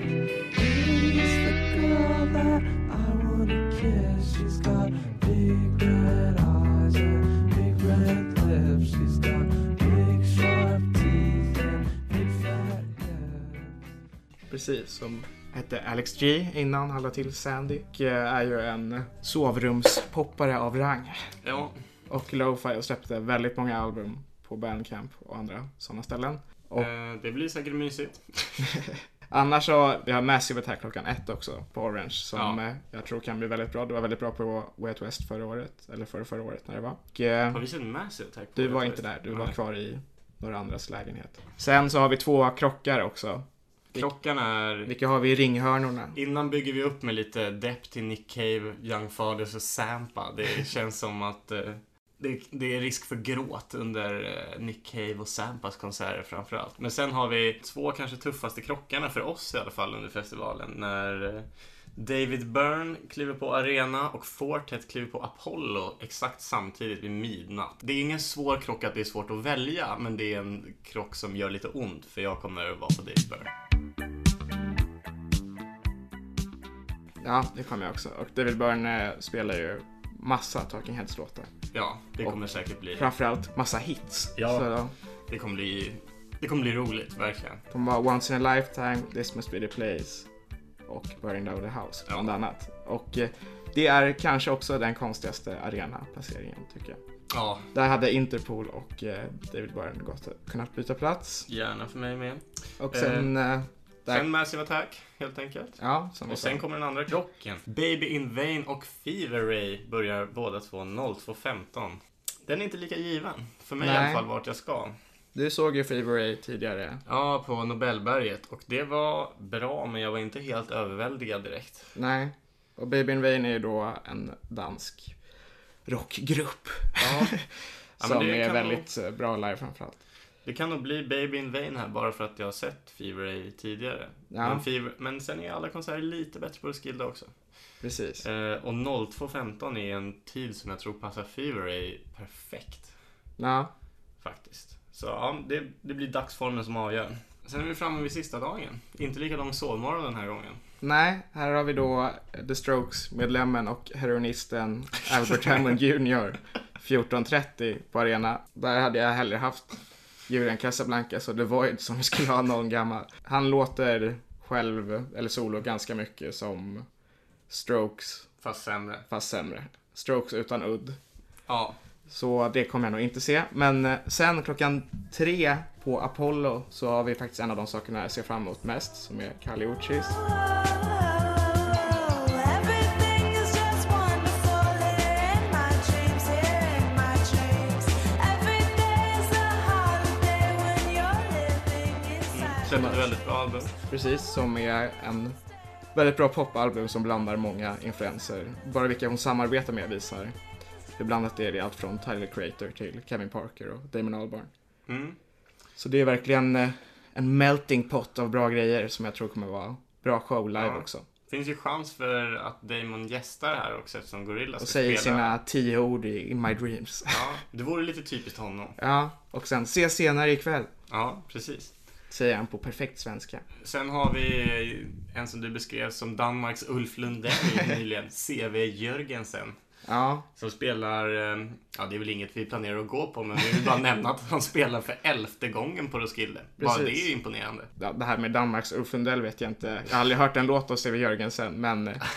Speaker 3: She's the girl that I wanna kiss. She's got big red eyes and big red lips. She's got big sharp teeth and big fat hips.
Speaker 1: Precis, som hette Alex G innan han la till Sandy. Och eh, är ju en sovrumspoppare av rang.
Speaker 2: Ja,
Speaker 1: Och Lo-Fi släppte väldigt många album på Bandcamp och andra sådana ställen. Och
Speaker 2: eh, det blir säkert mysigt.
Speaker 1: annars så, vi har Massive Attack klockan ett också på Orange som
Speaker 2: Ja.
Speaker 1: eh, jag tror kan bli väldigt bra. Det var väldigt bra på Way Out West förra året, eller förra, förra året när det var. Och, eh,
Speaker 2: Har vi sett Massive Attack? på
Speaker 1: du
Speaker 2: det
Speaker 1: var
Speaker 2: här
Speaker 1: inte där,
Speaker 2: festet?
Speaker 1: du var
Speaker 2: Nej.
Speaker 1: kvar i några andras lägenhet. Sen så har vi två krockar också.
Speaker 2: Klockan är...
Speaker 1: Vilka har vi i ringhörnorna?
Speaker 2: Innan bygger vi upp med lite depp till Nick Cave, Young Fathers och Sampa. Det känns som att eh, det, det är risk för gråt under eh, Nick Cave och Sampas konserter framförallt. Men sen har vi två kanske tuffaste krockarna för oss i alla fall under festivalen. När eh, David Byrne kliver på arena och Fortet kliver på Apollo exakt samtidigt vid midnatt. Det är ingen svår krock att det är svårt att välja, men det är en krock som gör lite ont för jag kommer att vara på David Byrne.
Speaker 1: Ja, det kommer jag också. Och David Byrne eh, spelar ju massa Talking Heads-låtar.
Speaker 2: Ja, det kommer säkert bli...
Speaker 1: Framförallt massa hits.
Speaker 2: Ja.
Speaker 1: Så då,
Speaker 2: Det kommer bli, det kommer bli roligt, verkligen.
Speaker 1: de var Once in a Lifetime, This Must Be The Place och Burning Down the House bland
Speaker 2: Ja.
Speaker 1: annat. Och eh, det är kanske också den konstigaste arenaplaceringen tycker jag.
Speaker 2: Ja,
Speaker 1: Där hade Interpol och eh, David Byrne gått, kunnat byta plats.
Speaker 2: gärna för mig med.
Speaker 1: Och sen... Eh, där,
Speaker 2: Sen Massive Attack, helt enkelt.
Speaker 1: ja, som vi
Speaker 2: Och
Speaker 1: sa.
Speaker 2: sen kommer den andra krocken. Baby in Vain och Fever Ray börjar båda två noll två femton. Den är inte lika given. För mig i
Speaker 1: Nej.
Speaker 2: alla fall vart jag ska.
Speaker 1: Du såg ju Fever Ray tidigare.
Speaker 2: Ja, på Nobelberget. Och det var bra, men jag var inte helt överväldigad direkt.
Speaker 1: Nej. Och Baby in Vain är ju då en dansk rockgrupp.
Speaker 2: Ja, Ja, men
Speaker 1: som
Speaker 2: det
Speaker 1: är
Speaker 2: kan
Speaker 1: väldigt nog... bra live framförallt.
Speaker 2: det kan nog bli Baby in Vain här bara för att jag har sett Fever Ray tidigare.
Speaker 1: Ja.
Speaker 2: Men, Fever... men sen är alla konserter lite bättre på Roskilde också.
Speaker 1: Precis.
Speaker 2: Eh, och noll två femton är en tid som jag tror passar Fever Ray perfekt.
Speaker 1: Ja.
Speaker 2: Faktiskt. Så ja, det, det blir dagsformen som avgör. Sen är vi framme vid sista dagen. Inte lika lång sovmorgon den här gången.
Speaker 1: Nej, här har vi då The Strokes-medlemmen och heroinisten Albert Hammond junior fjorton trettio på arena. Där hade jag hellre haft Julian Casablancas och The Void som vi skulle ha någon gammal. Han låter själv, eller solo, ganska mycket som Strokes.
Speaker 2: Fast sämre.
Speaker 1: Fast sämre. Strokes utan udd.
Speaker 2: Ja.
Speaker 1: Så det kommer jag nog inte se. Men sen klockan tre på Apollo så har vi faktiskt en av de sakerna jag ser fram emot mest, som är Kali Uchis.
Speaker 3: Everything is just wonderful here in my dreams, here in my dreams. Every day is a holiday when you're living inside.
Speaker 2: Släppte ett väldigt bra album.
Speaker 1: Precis, som är en väldigt bra popalbum som blandar många influenser. Bara vilka hon samarbetar med visar hur blandat det är i allt från Tyler Creator till Kevin Parker och Damon Albarn.
Speaker 2: Mm.
Speaker 1: Så det är verkligen eh, en melting pot av bra grejer som jag tror kommer vara bra show live
Speaker 2: Ja.
Speaker 1: också.
Speaker 2: Finns ju chans för att Damon gästar här också eftersom Gorillaz
Speaker 1: Och
Speaker 2: ska
Speaker 1: säger
Speaker 2: spela.
Speaker 1: sina tio ord i In My Dreams.
Speaker 2: Ja, det vore lite typiskt honom.
Speaker 1: Ja, och sen se senare ikväll,
Speaker 2: Ja, precis.
Speaker 1: säger han på perfekt svenska.
Speaker 2: Sen har vi en som du beskrev som Danmarks Ulf Lundell nyligen, C V Jörgensen.
Speaker 1: Ja,
Speaker 2: Som spelar, eh, ja det är väl inget vi planerar att gå på, men vi vill bara nämna att han spelar för elfte gången på Roskilde. Bara
Speaker 1: Precis.
Speaker 2: det är imponerande.
Speaker 1: ja, det här med Danmarks Ulf Lundell vet jag inte. Jag har aldrig hört en låt av C V Jörgensen, men eh,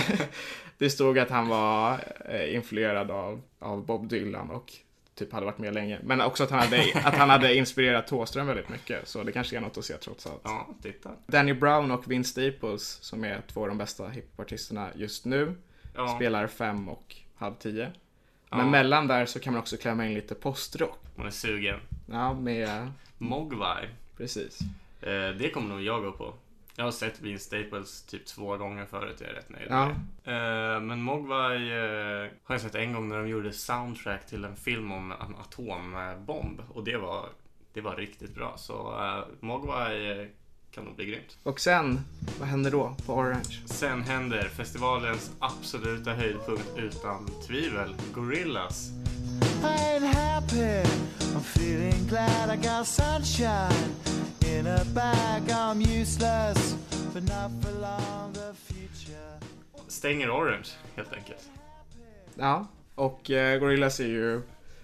Speaker 1: det stod att han var eh, influerad av, av Bob Dylan och typ hade varit med länge. Men också att han hade, att han hade inspirerat Thåström väldigt mycket, så det kanske är något att se trots allt.
Speaker 2: Ja, titta.
Speaker 1: Danny Brown och Vince Staples, som är två av de bästa hiphopartisterna just nu,
Speaker 2: Ja.
Speaker 1: spelar fem och halv tio.
Speaker 2: Ja.
Speaker 1: Men mellan där så kan man också klämma in lite postrock.
Speaker 2: Man är sugen.
Speaker 1: Ja, med...
Speaker 2: Mogwai.
Speaker 1: Precis.
Speaker 2: Eh, det kommer nog jag gå på. Jag har sett Vince Staples typ två gånger förut, jag är rätt nöjd
Speaker 1: Ja.
Speaker 2: med det. Eh, men Mogwai eh, har jag sett en gång när de gjorde soundtrack till en film om en atombomb. Och det var, det var riktigt bra. Så eh, Mogwai eh, kan nog bli grymt.
Speaker 1: Och sen, vad händer då på Orange?
Speaker 2: Sen händer festivalens absoluta höjdpunkt utan tvivel, Gorillaz.
Speaker 5: I ain't happy, I'm feeling glad I got sunshine in a bag. I'm useless, but not for long, the future.
Speaker 2: Stänger Orange, helt enkelt.
Speaker 1: Ja, och eh, Gorillaz är ju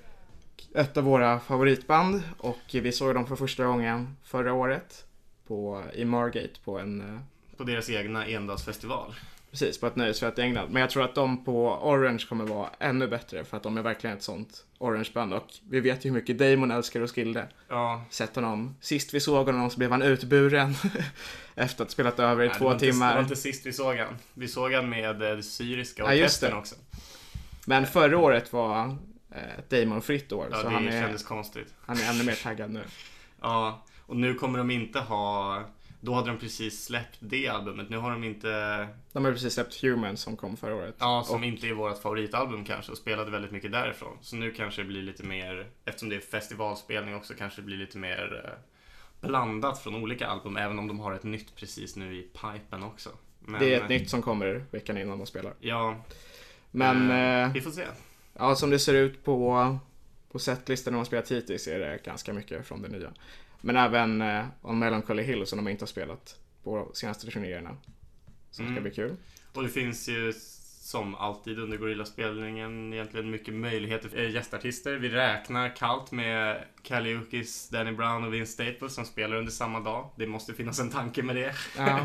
Speaker 1: ett av våra favoritband. Och vi såg dem för första gången förra året på, i Margate på en... Eh,
Speaker 2: På deras egna endagsfestival.
Speaker 1: Precis, på ett nöjesfält i England. Men jag tror att de på Orange kommer vara ännu bättre, för att de är verkligen ett sånt Orange-band. Och vi vet ju hur mycket Damon älskar Roskilde.
Speaker 2: Ja,
Speaker 1: Sett honom. Sist vi såg honom så blev han utburen efter att ha spelat över i
Speaker 2: nej,
Speaker 1: två
Speaker 2: det var inte,
Speaker 1: timmar.
Speaker 2: Det var inte sist vi såg han. Vi såg han med eh, det syriska
Speaker 1: Ja, just
Speaker 2: orkestern
Speaker 1: det.
Speaker 2: också.
Speaker 1: Men förra året var eh, ett Damon-fritt år.
Speaker 2: Ja,
Speaker 1: så
Speaker 2: det
Speaker 1: han är,
Speaker 2: kändes konstigt.
Speaker 1: han är ännu mer taggad nu.
Speaker 2: Ja, och nu kommer de inte ha... Då hade de precis släppt det albumet. Nu har de inte...
Speaker 1: De har precis släppt Human som kom förra året.
Speaker 2: Ja, som
Speaker 1: och,
Speaker 2: inte är vårt favoritalbum kanske, och spelade väldigt mycket därifrån. Så nu kanske det blir lite mer, eftersom det är festivalspelning också, kanske det blir lite mer eh, blandat från olika album, även om de har ett nytt precis nu i pipen också. Men,
Speaker 1: det är ett nytt som kommer veckan innan de spelar.
Speaker 2: Ja,
Speaker 1: Men
Speaker 2: eh,
Speaker 1: eh,
Speaker 2: vi får se.
Speaker 1: ja, som det ser ut på, på setlistan när man spelat hittills är det ganska mycket från det nya. Men även eh, On Melancholy Hill som de inte har spelat på senaste turnéerna. Som ska
Speaker 2: Mm.
Speaker 1: bli kul.
Speaker 2: Och det finns ju som alltid under Gorillaz-spelningen egentligen mycket möjligheter för gästartister. Vi räknar kallt med Kali Uchis, Danny Brown och Vince Staples som spelar under samma dag. Det måste finnas en tanke med det.
Speaker 1: Ja,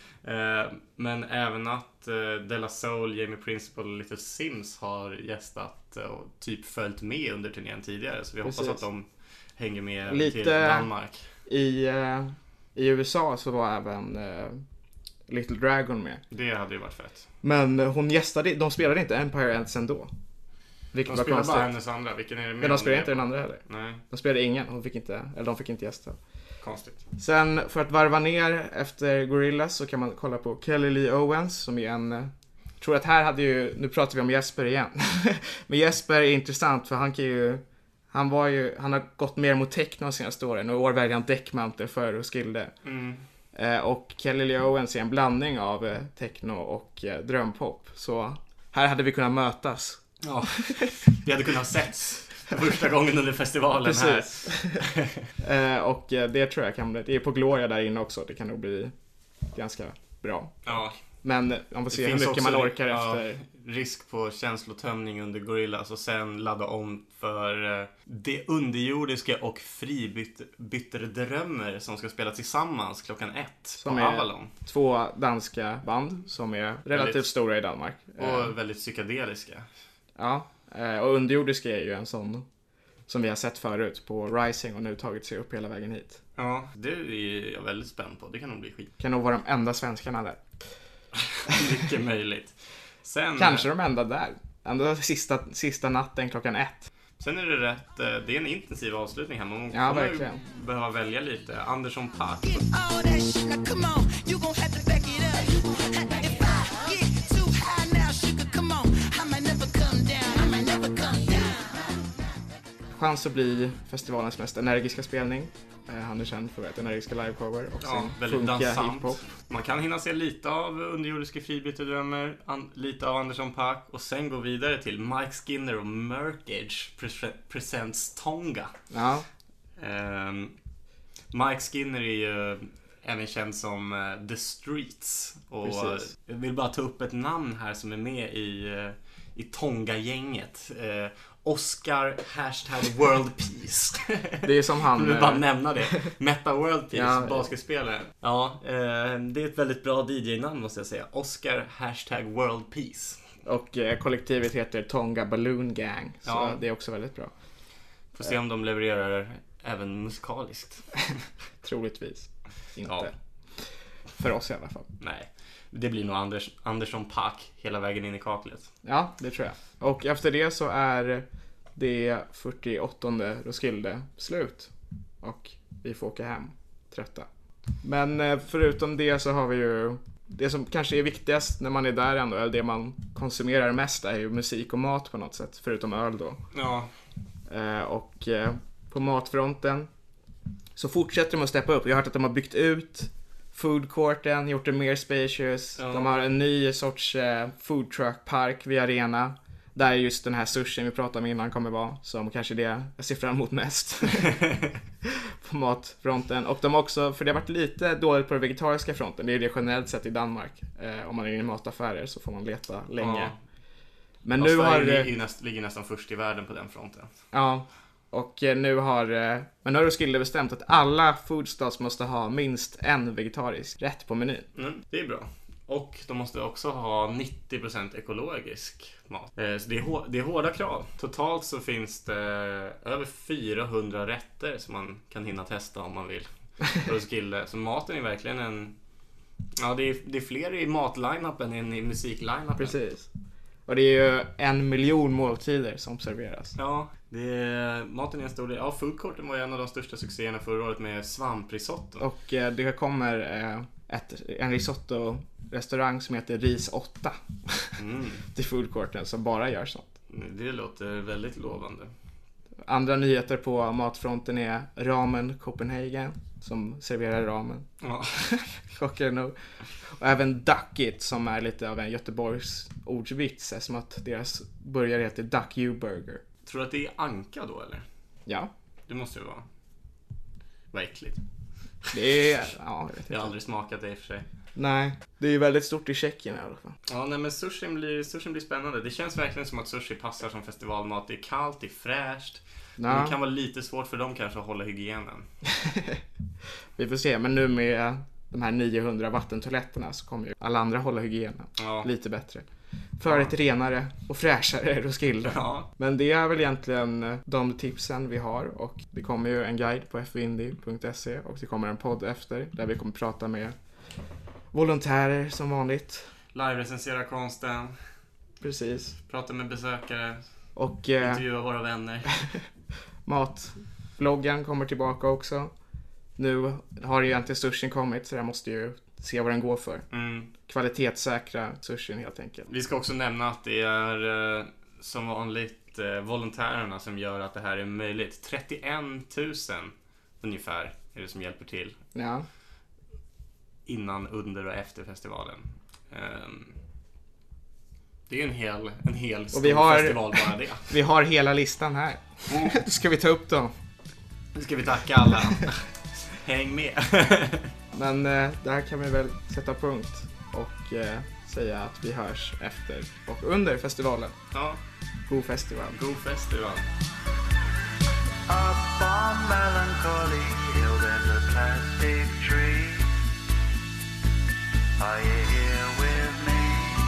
Speaker 2: Eh, Men även att eh, De La Soul, Jamie Principle och Little Sims har gästat eh, och typ följt med under turnén tidigare. Så vi
Speaker 1: Precis.
Speaker 2: hoppas att de hänger med
Speaker 1: Lite-
Speaker 2: till Danmark.
Speaker 1: i, eh, i U S A så var även eh, Little Dragon med.
Speaker 2: Det hade ju varit fett.
Speaker 1: Men eh, hon gästade, de spelade inte Empire Ants ändå. Vilket
Speaker 2: De
Speaker 1: var
Speaker 2: spelar
Speaker 1: konstigt.
Speaker 2: bara hennes andra. Vilken är det med?
Speaker 1: Men de spelade inte den andra heller.
Speaker 2: Nej,
Speaker 1: De spelade ingen, hon fick inte, eller de fick inte gästa.
Speaker 2: konstigt.
Speaker 1: Sen för att varva ner efter Gorillaz så kan man kolla på Kelly Lee Owens som är en... eh, tror att här hade ju, nu pratar vi om Jesper igen. Men Jesper är intressant för han kan ju, han var ju, han har gått mer mot techno de senaste åren och i år väljer han däckmantel för Roskilde.
Speaker 2: Mm.
Speaker 1: Eh, och Kelly Lee Owens är en blandning av eh, techno och eh, drömpop. Så här hade vi kunnat mötas.
Speaker 2: Ja, vi hade kunnat setts Första gången under festivalen
Speaker 1: Precis.
Speaker 2: här.
Speaker 1: eh, och eh, det tror jag kan bli, det är på Gloria där inne också, det kan nog bli ganska bra.
Speaker 2: Ja.
Speaker 1: Men om vi ser hur
Speaker 2: finns
Speaker 1: mycket man
Speaker 2: också,
Speaker 1: orkar
Speaker 2: ja,
Speaker 1: efter.
Speaker 2: risk på känslotömning under Gorillaz och sen ladda om för eh, det underjordiska och fribytterdrömmer som ska spela tillsammans klockan ett
Speaker 1: Som
Speaker 2: på
Speaker 1: är-
Speaker 2: Avalon.
Speaker 1: Två danska band som är relativt
Speaker 2: Väldigt-
Speaker 1: stora i Danmark. Eh,
Speaker 2: Och väldigt psykedeliska.
Speaker 1: Ja, eh, och Underjordiska är ju en sån som vi har sett förut på Rising och nu tagit sig upp hela vägen hit.
Speaker 2: Ja, det är jag väldigt spänd på. Det kan nog bli skit.
Speaker 1: Kan nog vara de enda svenskarna där.
Speaker 2: Mycket möjligt. Sen,
Speaker 1: Kanske de enda där. Ändå sista, sista natten klockan ett.
Speaker 2: sen är det rätt, eh, det är en intensiv avslutning här. Man
Speaker 1: Ja,
Speaker 2: kommer ju
Speaker 1: verkligen.
Speaker 2: behöva välja lite. Andersson Paak.
Speaker 6: All that shit, now come on, you gon' have to back it up. If I get too high now, sugar, come on, I might never come down, I might never come down.
Speaker 1: Chans att bli festivalens mest energiska spelning. Eh, Han är känd för ett energiska liveshower och
Speaker 2: Ja,
Speaker 1: sin
Speaker 2: väldigt
Speaker 1: funkiga
Speaker 2: dansant.
Speaker 1: hiphop.
Speaker 2: Man kan hinna se lite av underjordiska fribytterdrömmar, an- lite av Andersson Paak och sen gå vidare till Mike Skinner och Murkage pre- presents Tonga.
Speaker 1: Ja,
Speaker 2: Ehm, Mike Skinner är ju även känd som eh, The Streets. Och
Speaker 1: Precis.
Speaker 2: jag vill bara ta upp ett namn här som är med i, eh, i Tonga-gänget. Eh, Oscar hashtag World Peace.
Speaker 1: det är som
Speaker 2: Jag
Speaker 1: han...
Speaker 2: vill bara
Speaker 1: eh,
Speaker 2: nämna det. Meta World Peace,
Speaker 1: Ja.
Speaker 2: basketspelare. Ja, eh, det är ett väldigt bra D J-namn måste jag säga. Oscar hashtag World Peace.
Speaker 1: Och eh, kollektivet heter Tonga Balloon Gang. Så
Speaker 2: Ja.
Speaker 1: det är också väldigt bra.
Speaker 2: Får se om de levererar även musikaliskt.
Speaker 1: Troligtvis. Inte.
Speaker 2: Ja.
Speaker 1: För oss i alla fall.
Speaker 2: Nej, det blir nog Anders, Andersson Paak hela vägen in i kaklet.
Speaker 1: Ja, det tror jag. Och efter det så är det fyrtioåttonde Roskilde slut. Och vi får åka hem trötta. Men eh, förutom det så har vi ju det som kanske är viktigast när man är där ändå, eller det man konsumerar mest, är ju musik och mat på något sätt, förutom öl då.
Speaker 2: Ja,
Speaker 1: Eh, och eh, på matfronten så fortsätter de att steppa upp. Jag har hört att de har byggt ut foodcourten, gjort det mer spacious.
Speaker 2: Ja.
Speaker 1: De har en ny sorts eh, food truck park vid arena. Där just den här sushin vi pratade om innan kommer vara, som kanske det jag ser fram emot mest på matfronten. Och de har också, för det har varit lite dåligt på den vegetariska fronten, det är det generellt sett i Danmark. Eh, om man är inne i mataffärer så får man leta länge.
Speaker 2: Ja.
Speaker 1: Men
Speaker 2: Och
Speaker 1: nu har...
Speaker 2: Sverige
Speaker 1: eh,
Speaker 2: ligger, näst, ligger nästan först i världen på den fronten.
Speaker 1: Ja, och eh, nu har eh, men nu har Roskilde bestämt att alla foodstalls måste ha minst en vegetarisk rätt på menyn.
Speaker 2: Mm, det är bra. Och de måste också ha nittio procent ekologisk mat. Eh, så det är, hår, det är hårda krav. Totalt så finns det över fyrahundra rätter som man kan hinna testa om man vill. På Roskilde. Så maten är verkligen en... Ja, det är, det är fler i matline-upen än i musikline-upen.
Speaker 1: Precis. Och det är ju en miljon måltider som serveras.
Speaker 2: Ja, det är, maten är en stor del. Ja, foodcourten var ju en av de största succéerna förra året med svamprisotto.
Speaker 1: Och eh, det kommer eh, ett, en risotto-restaurang som heter Ris åtta
Speaker 2: Mm,
Speaker 1: till foodcourten som bara gör sånt.
Speaker 2: det låter väldigt lovande.
Speaker 1: Andra nyheter på matfronten är Ramen Copenhagen som serverar ramen.
Speaker 2: Ja.
Speaker 1: Chockande nog. Och även Duck It som är lite av en Göteborgs ordsvits, som att deras burgare heter Duck You Burger.
Speaker 2: Tror du att det är anka då eller?
Speaker 1: Ja,
Speaker 2: Det måste det vara. Vad äckligt.
Speaker 1: det är... Ja, jag vet
Speaker 2: Jag
Speaker 1: inte.
Speaker 2: har aldrig smakat det i och för sig.
Speaker 1: Nej, det är ju väldigt stort i Tjeckien i alla fall.
Speaker 2: Ja, nej men sushin blir, sushin blir spännande. Det känns verkligen som att sushi passar som festivalmat. Det är kallt, det är fräscht. Men
Speaker 1: Ja,
Speaker 2: det kan vara lite svårt för dem kanske att hålla hygienen.
Speaker 1: vi får se. Men nu med de här niohundra vattentoaletterna så kommer ju alla andra hålla hygienen
Speaker 2: Ja.
Speaker 1: lite bättre. För ett renare och fräschare Roskilde.
Speaker 2: Ja.
Speaker 1: Men det är väl egentligen de tipsen vi har, och det kommer ju en guide på f v indie punkt se och det kommer en podd efter där vi kommer prata med volontärer som vanligt.
Speaker 2: Live-recensera konsten.
Speaker 1: Precis.
Speaker 2: Prata med besökare.
Speaker 1: Och eh,
Speaker 2: Intervjua våra vänner.
Speaker 1: matvloggen kommer tillbaka också. Nu har ju egentligen sushin kommit, så jag måste ju se vad den går för.
Speaker 2: Mm.
Speaker 1: Kvalitetssäkra sushin helt enkelt.
Speaker 2: Vi ska också nämna att det är eh, som vanligt eh, volontärerna som gör att det här är möjligt. trettioen tusen ungefär är det som hjälper till
Speaker 1: Ja,
Speaker 2: innan, under och efter festivalen. Ehm, Det är ju en hel, en hel stor
Speaker 1: vi har-
Speaker 2: festival bara det.
Speaker 1: Vi har hela listan här. Då ska vi ta upp dem.
Speaker 2: Nu ska vi tacka alla. Häng med.
Speaker 1: Men eh, där kan vi väl sätta punkt och eh, säga att vi hörs efter och under festivalen.
Speaker 2: Ja,
Speaker 1: God festival.
Speaker 2: god festival.
Speaker 5: Up on Melancholy Hill there's a plastic tree. Are you here with me?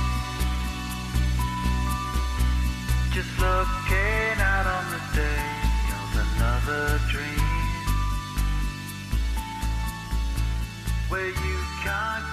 Speaker 5: Just looking out on the day of another dream, where you can't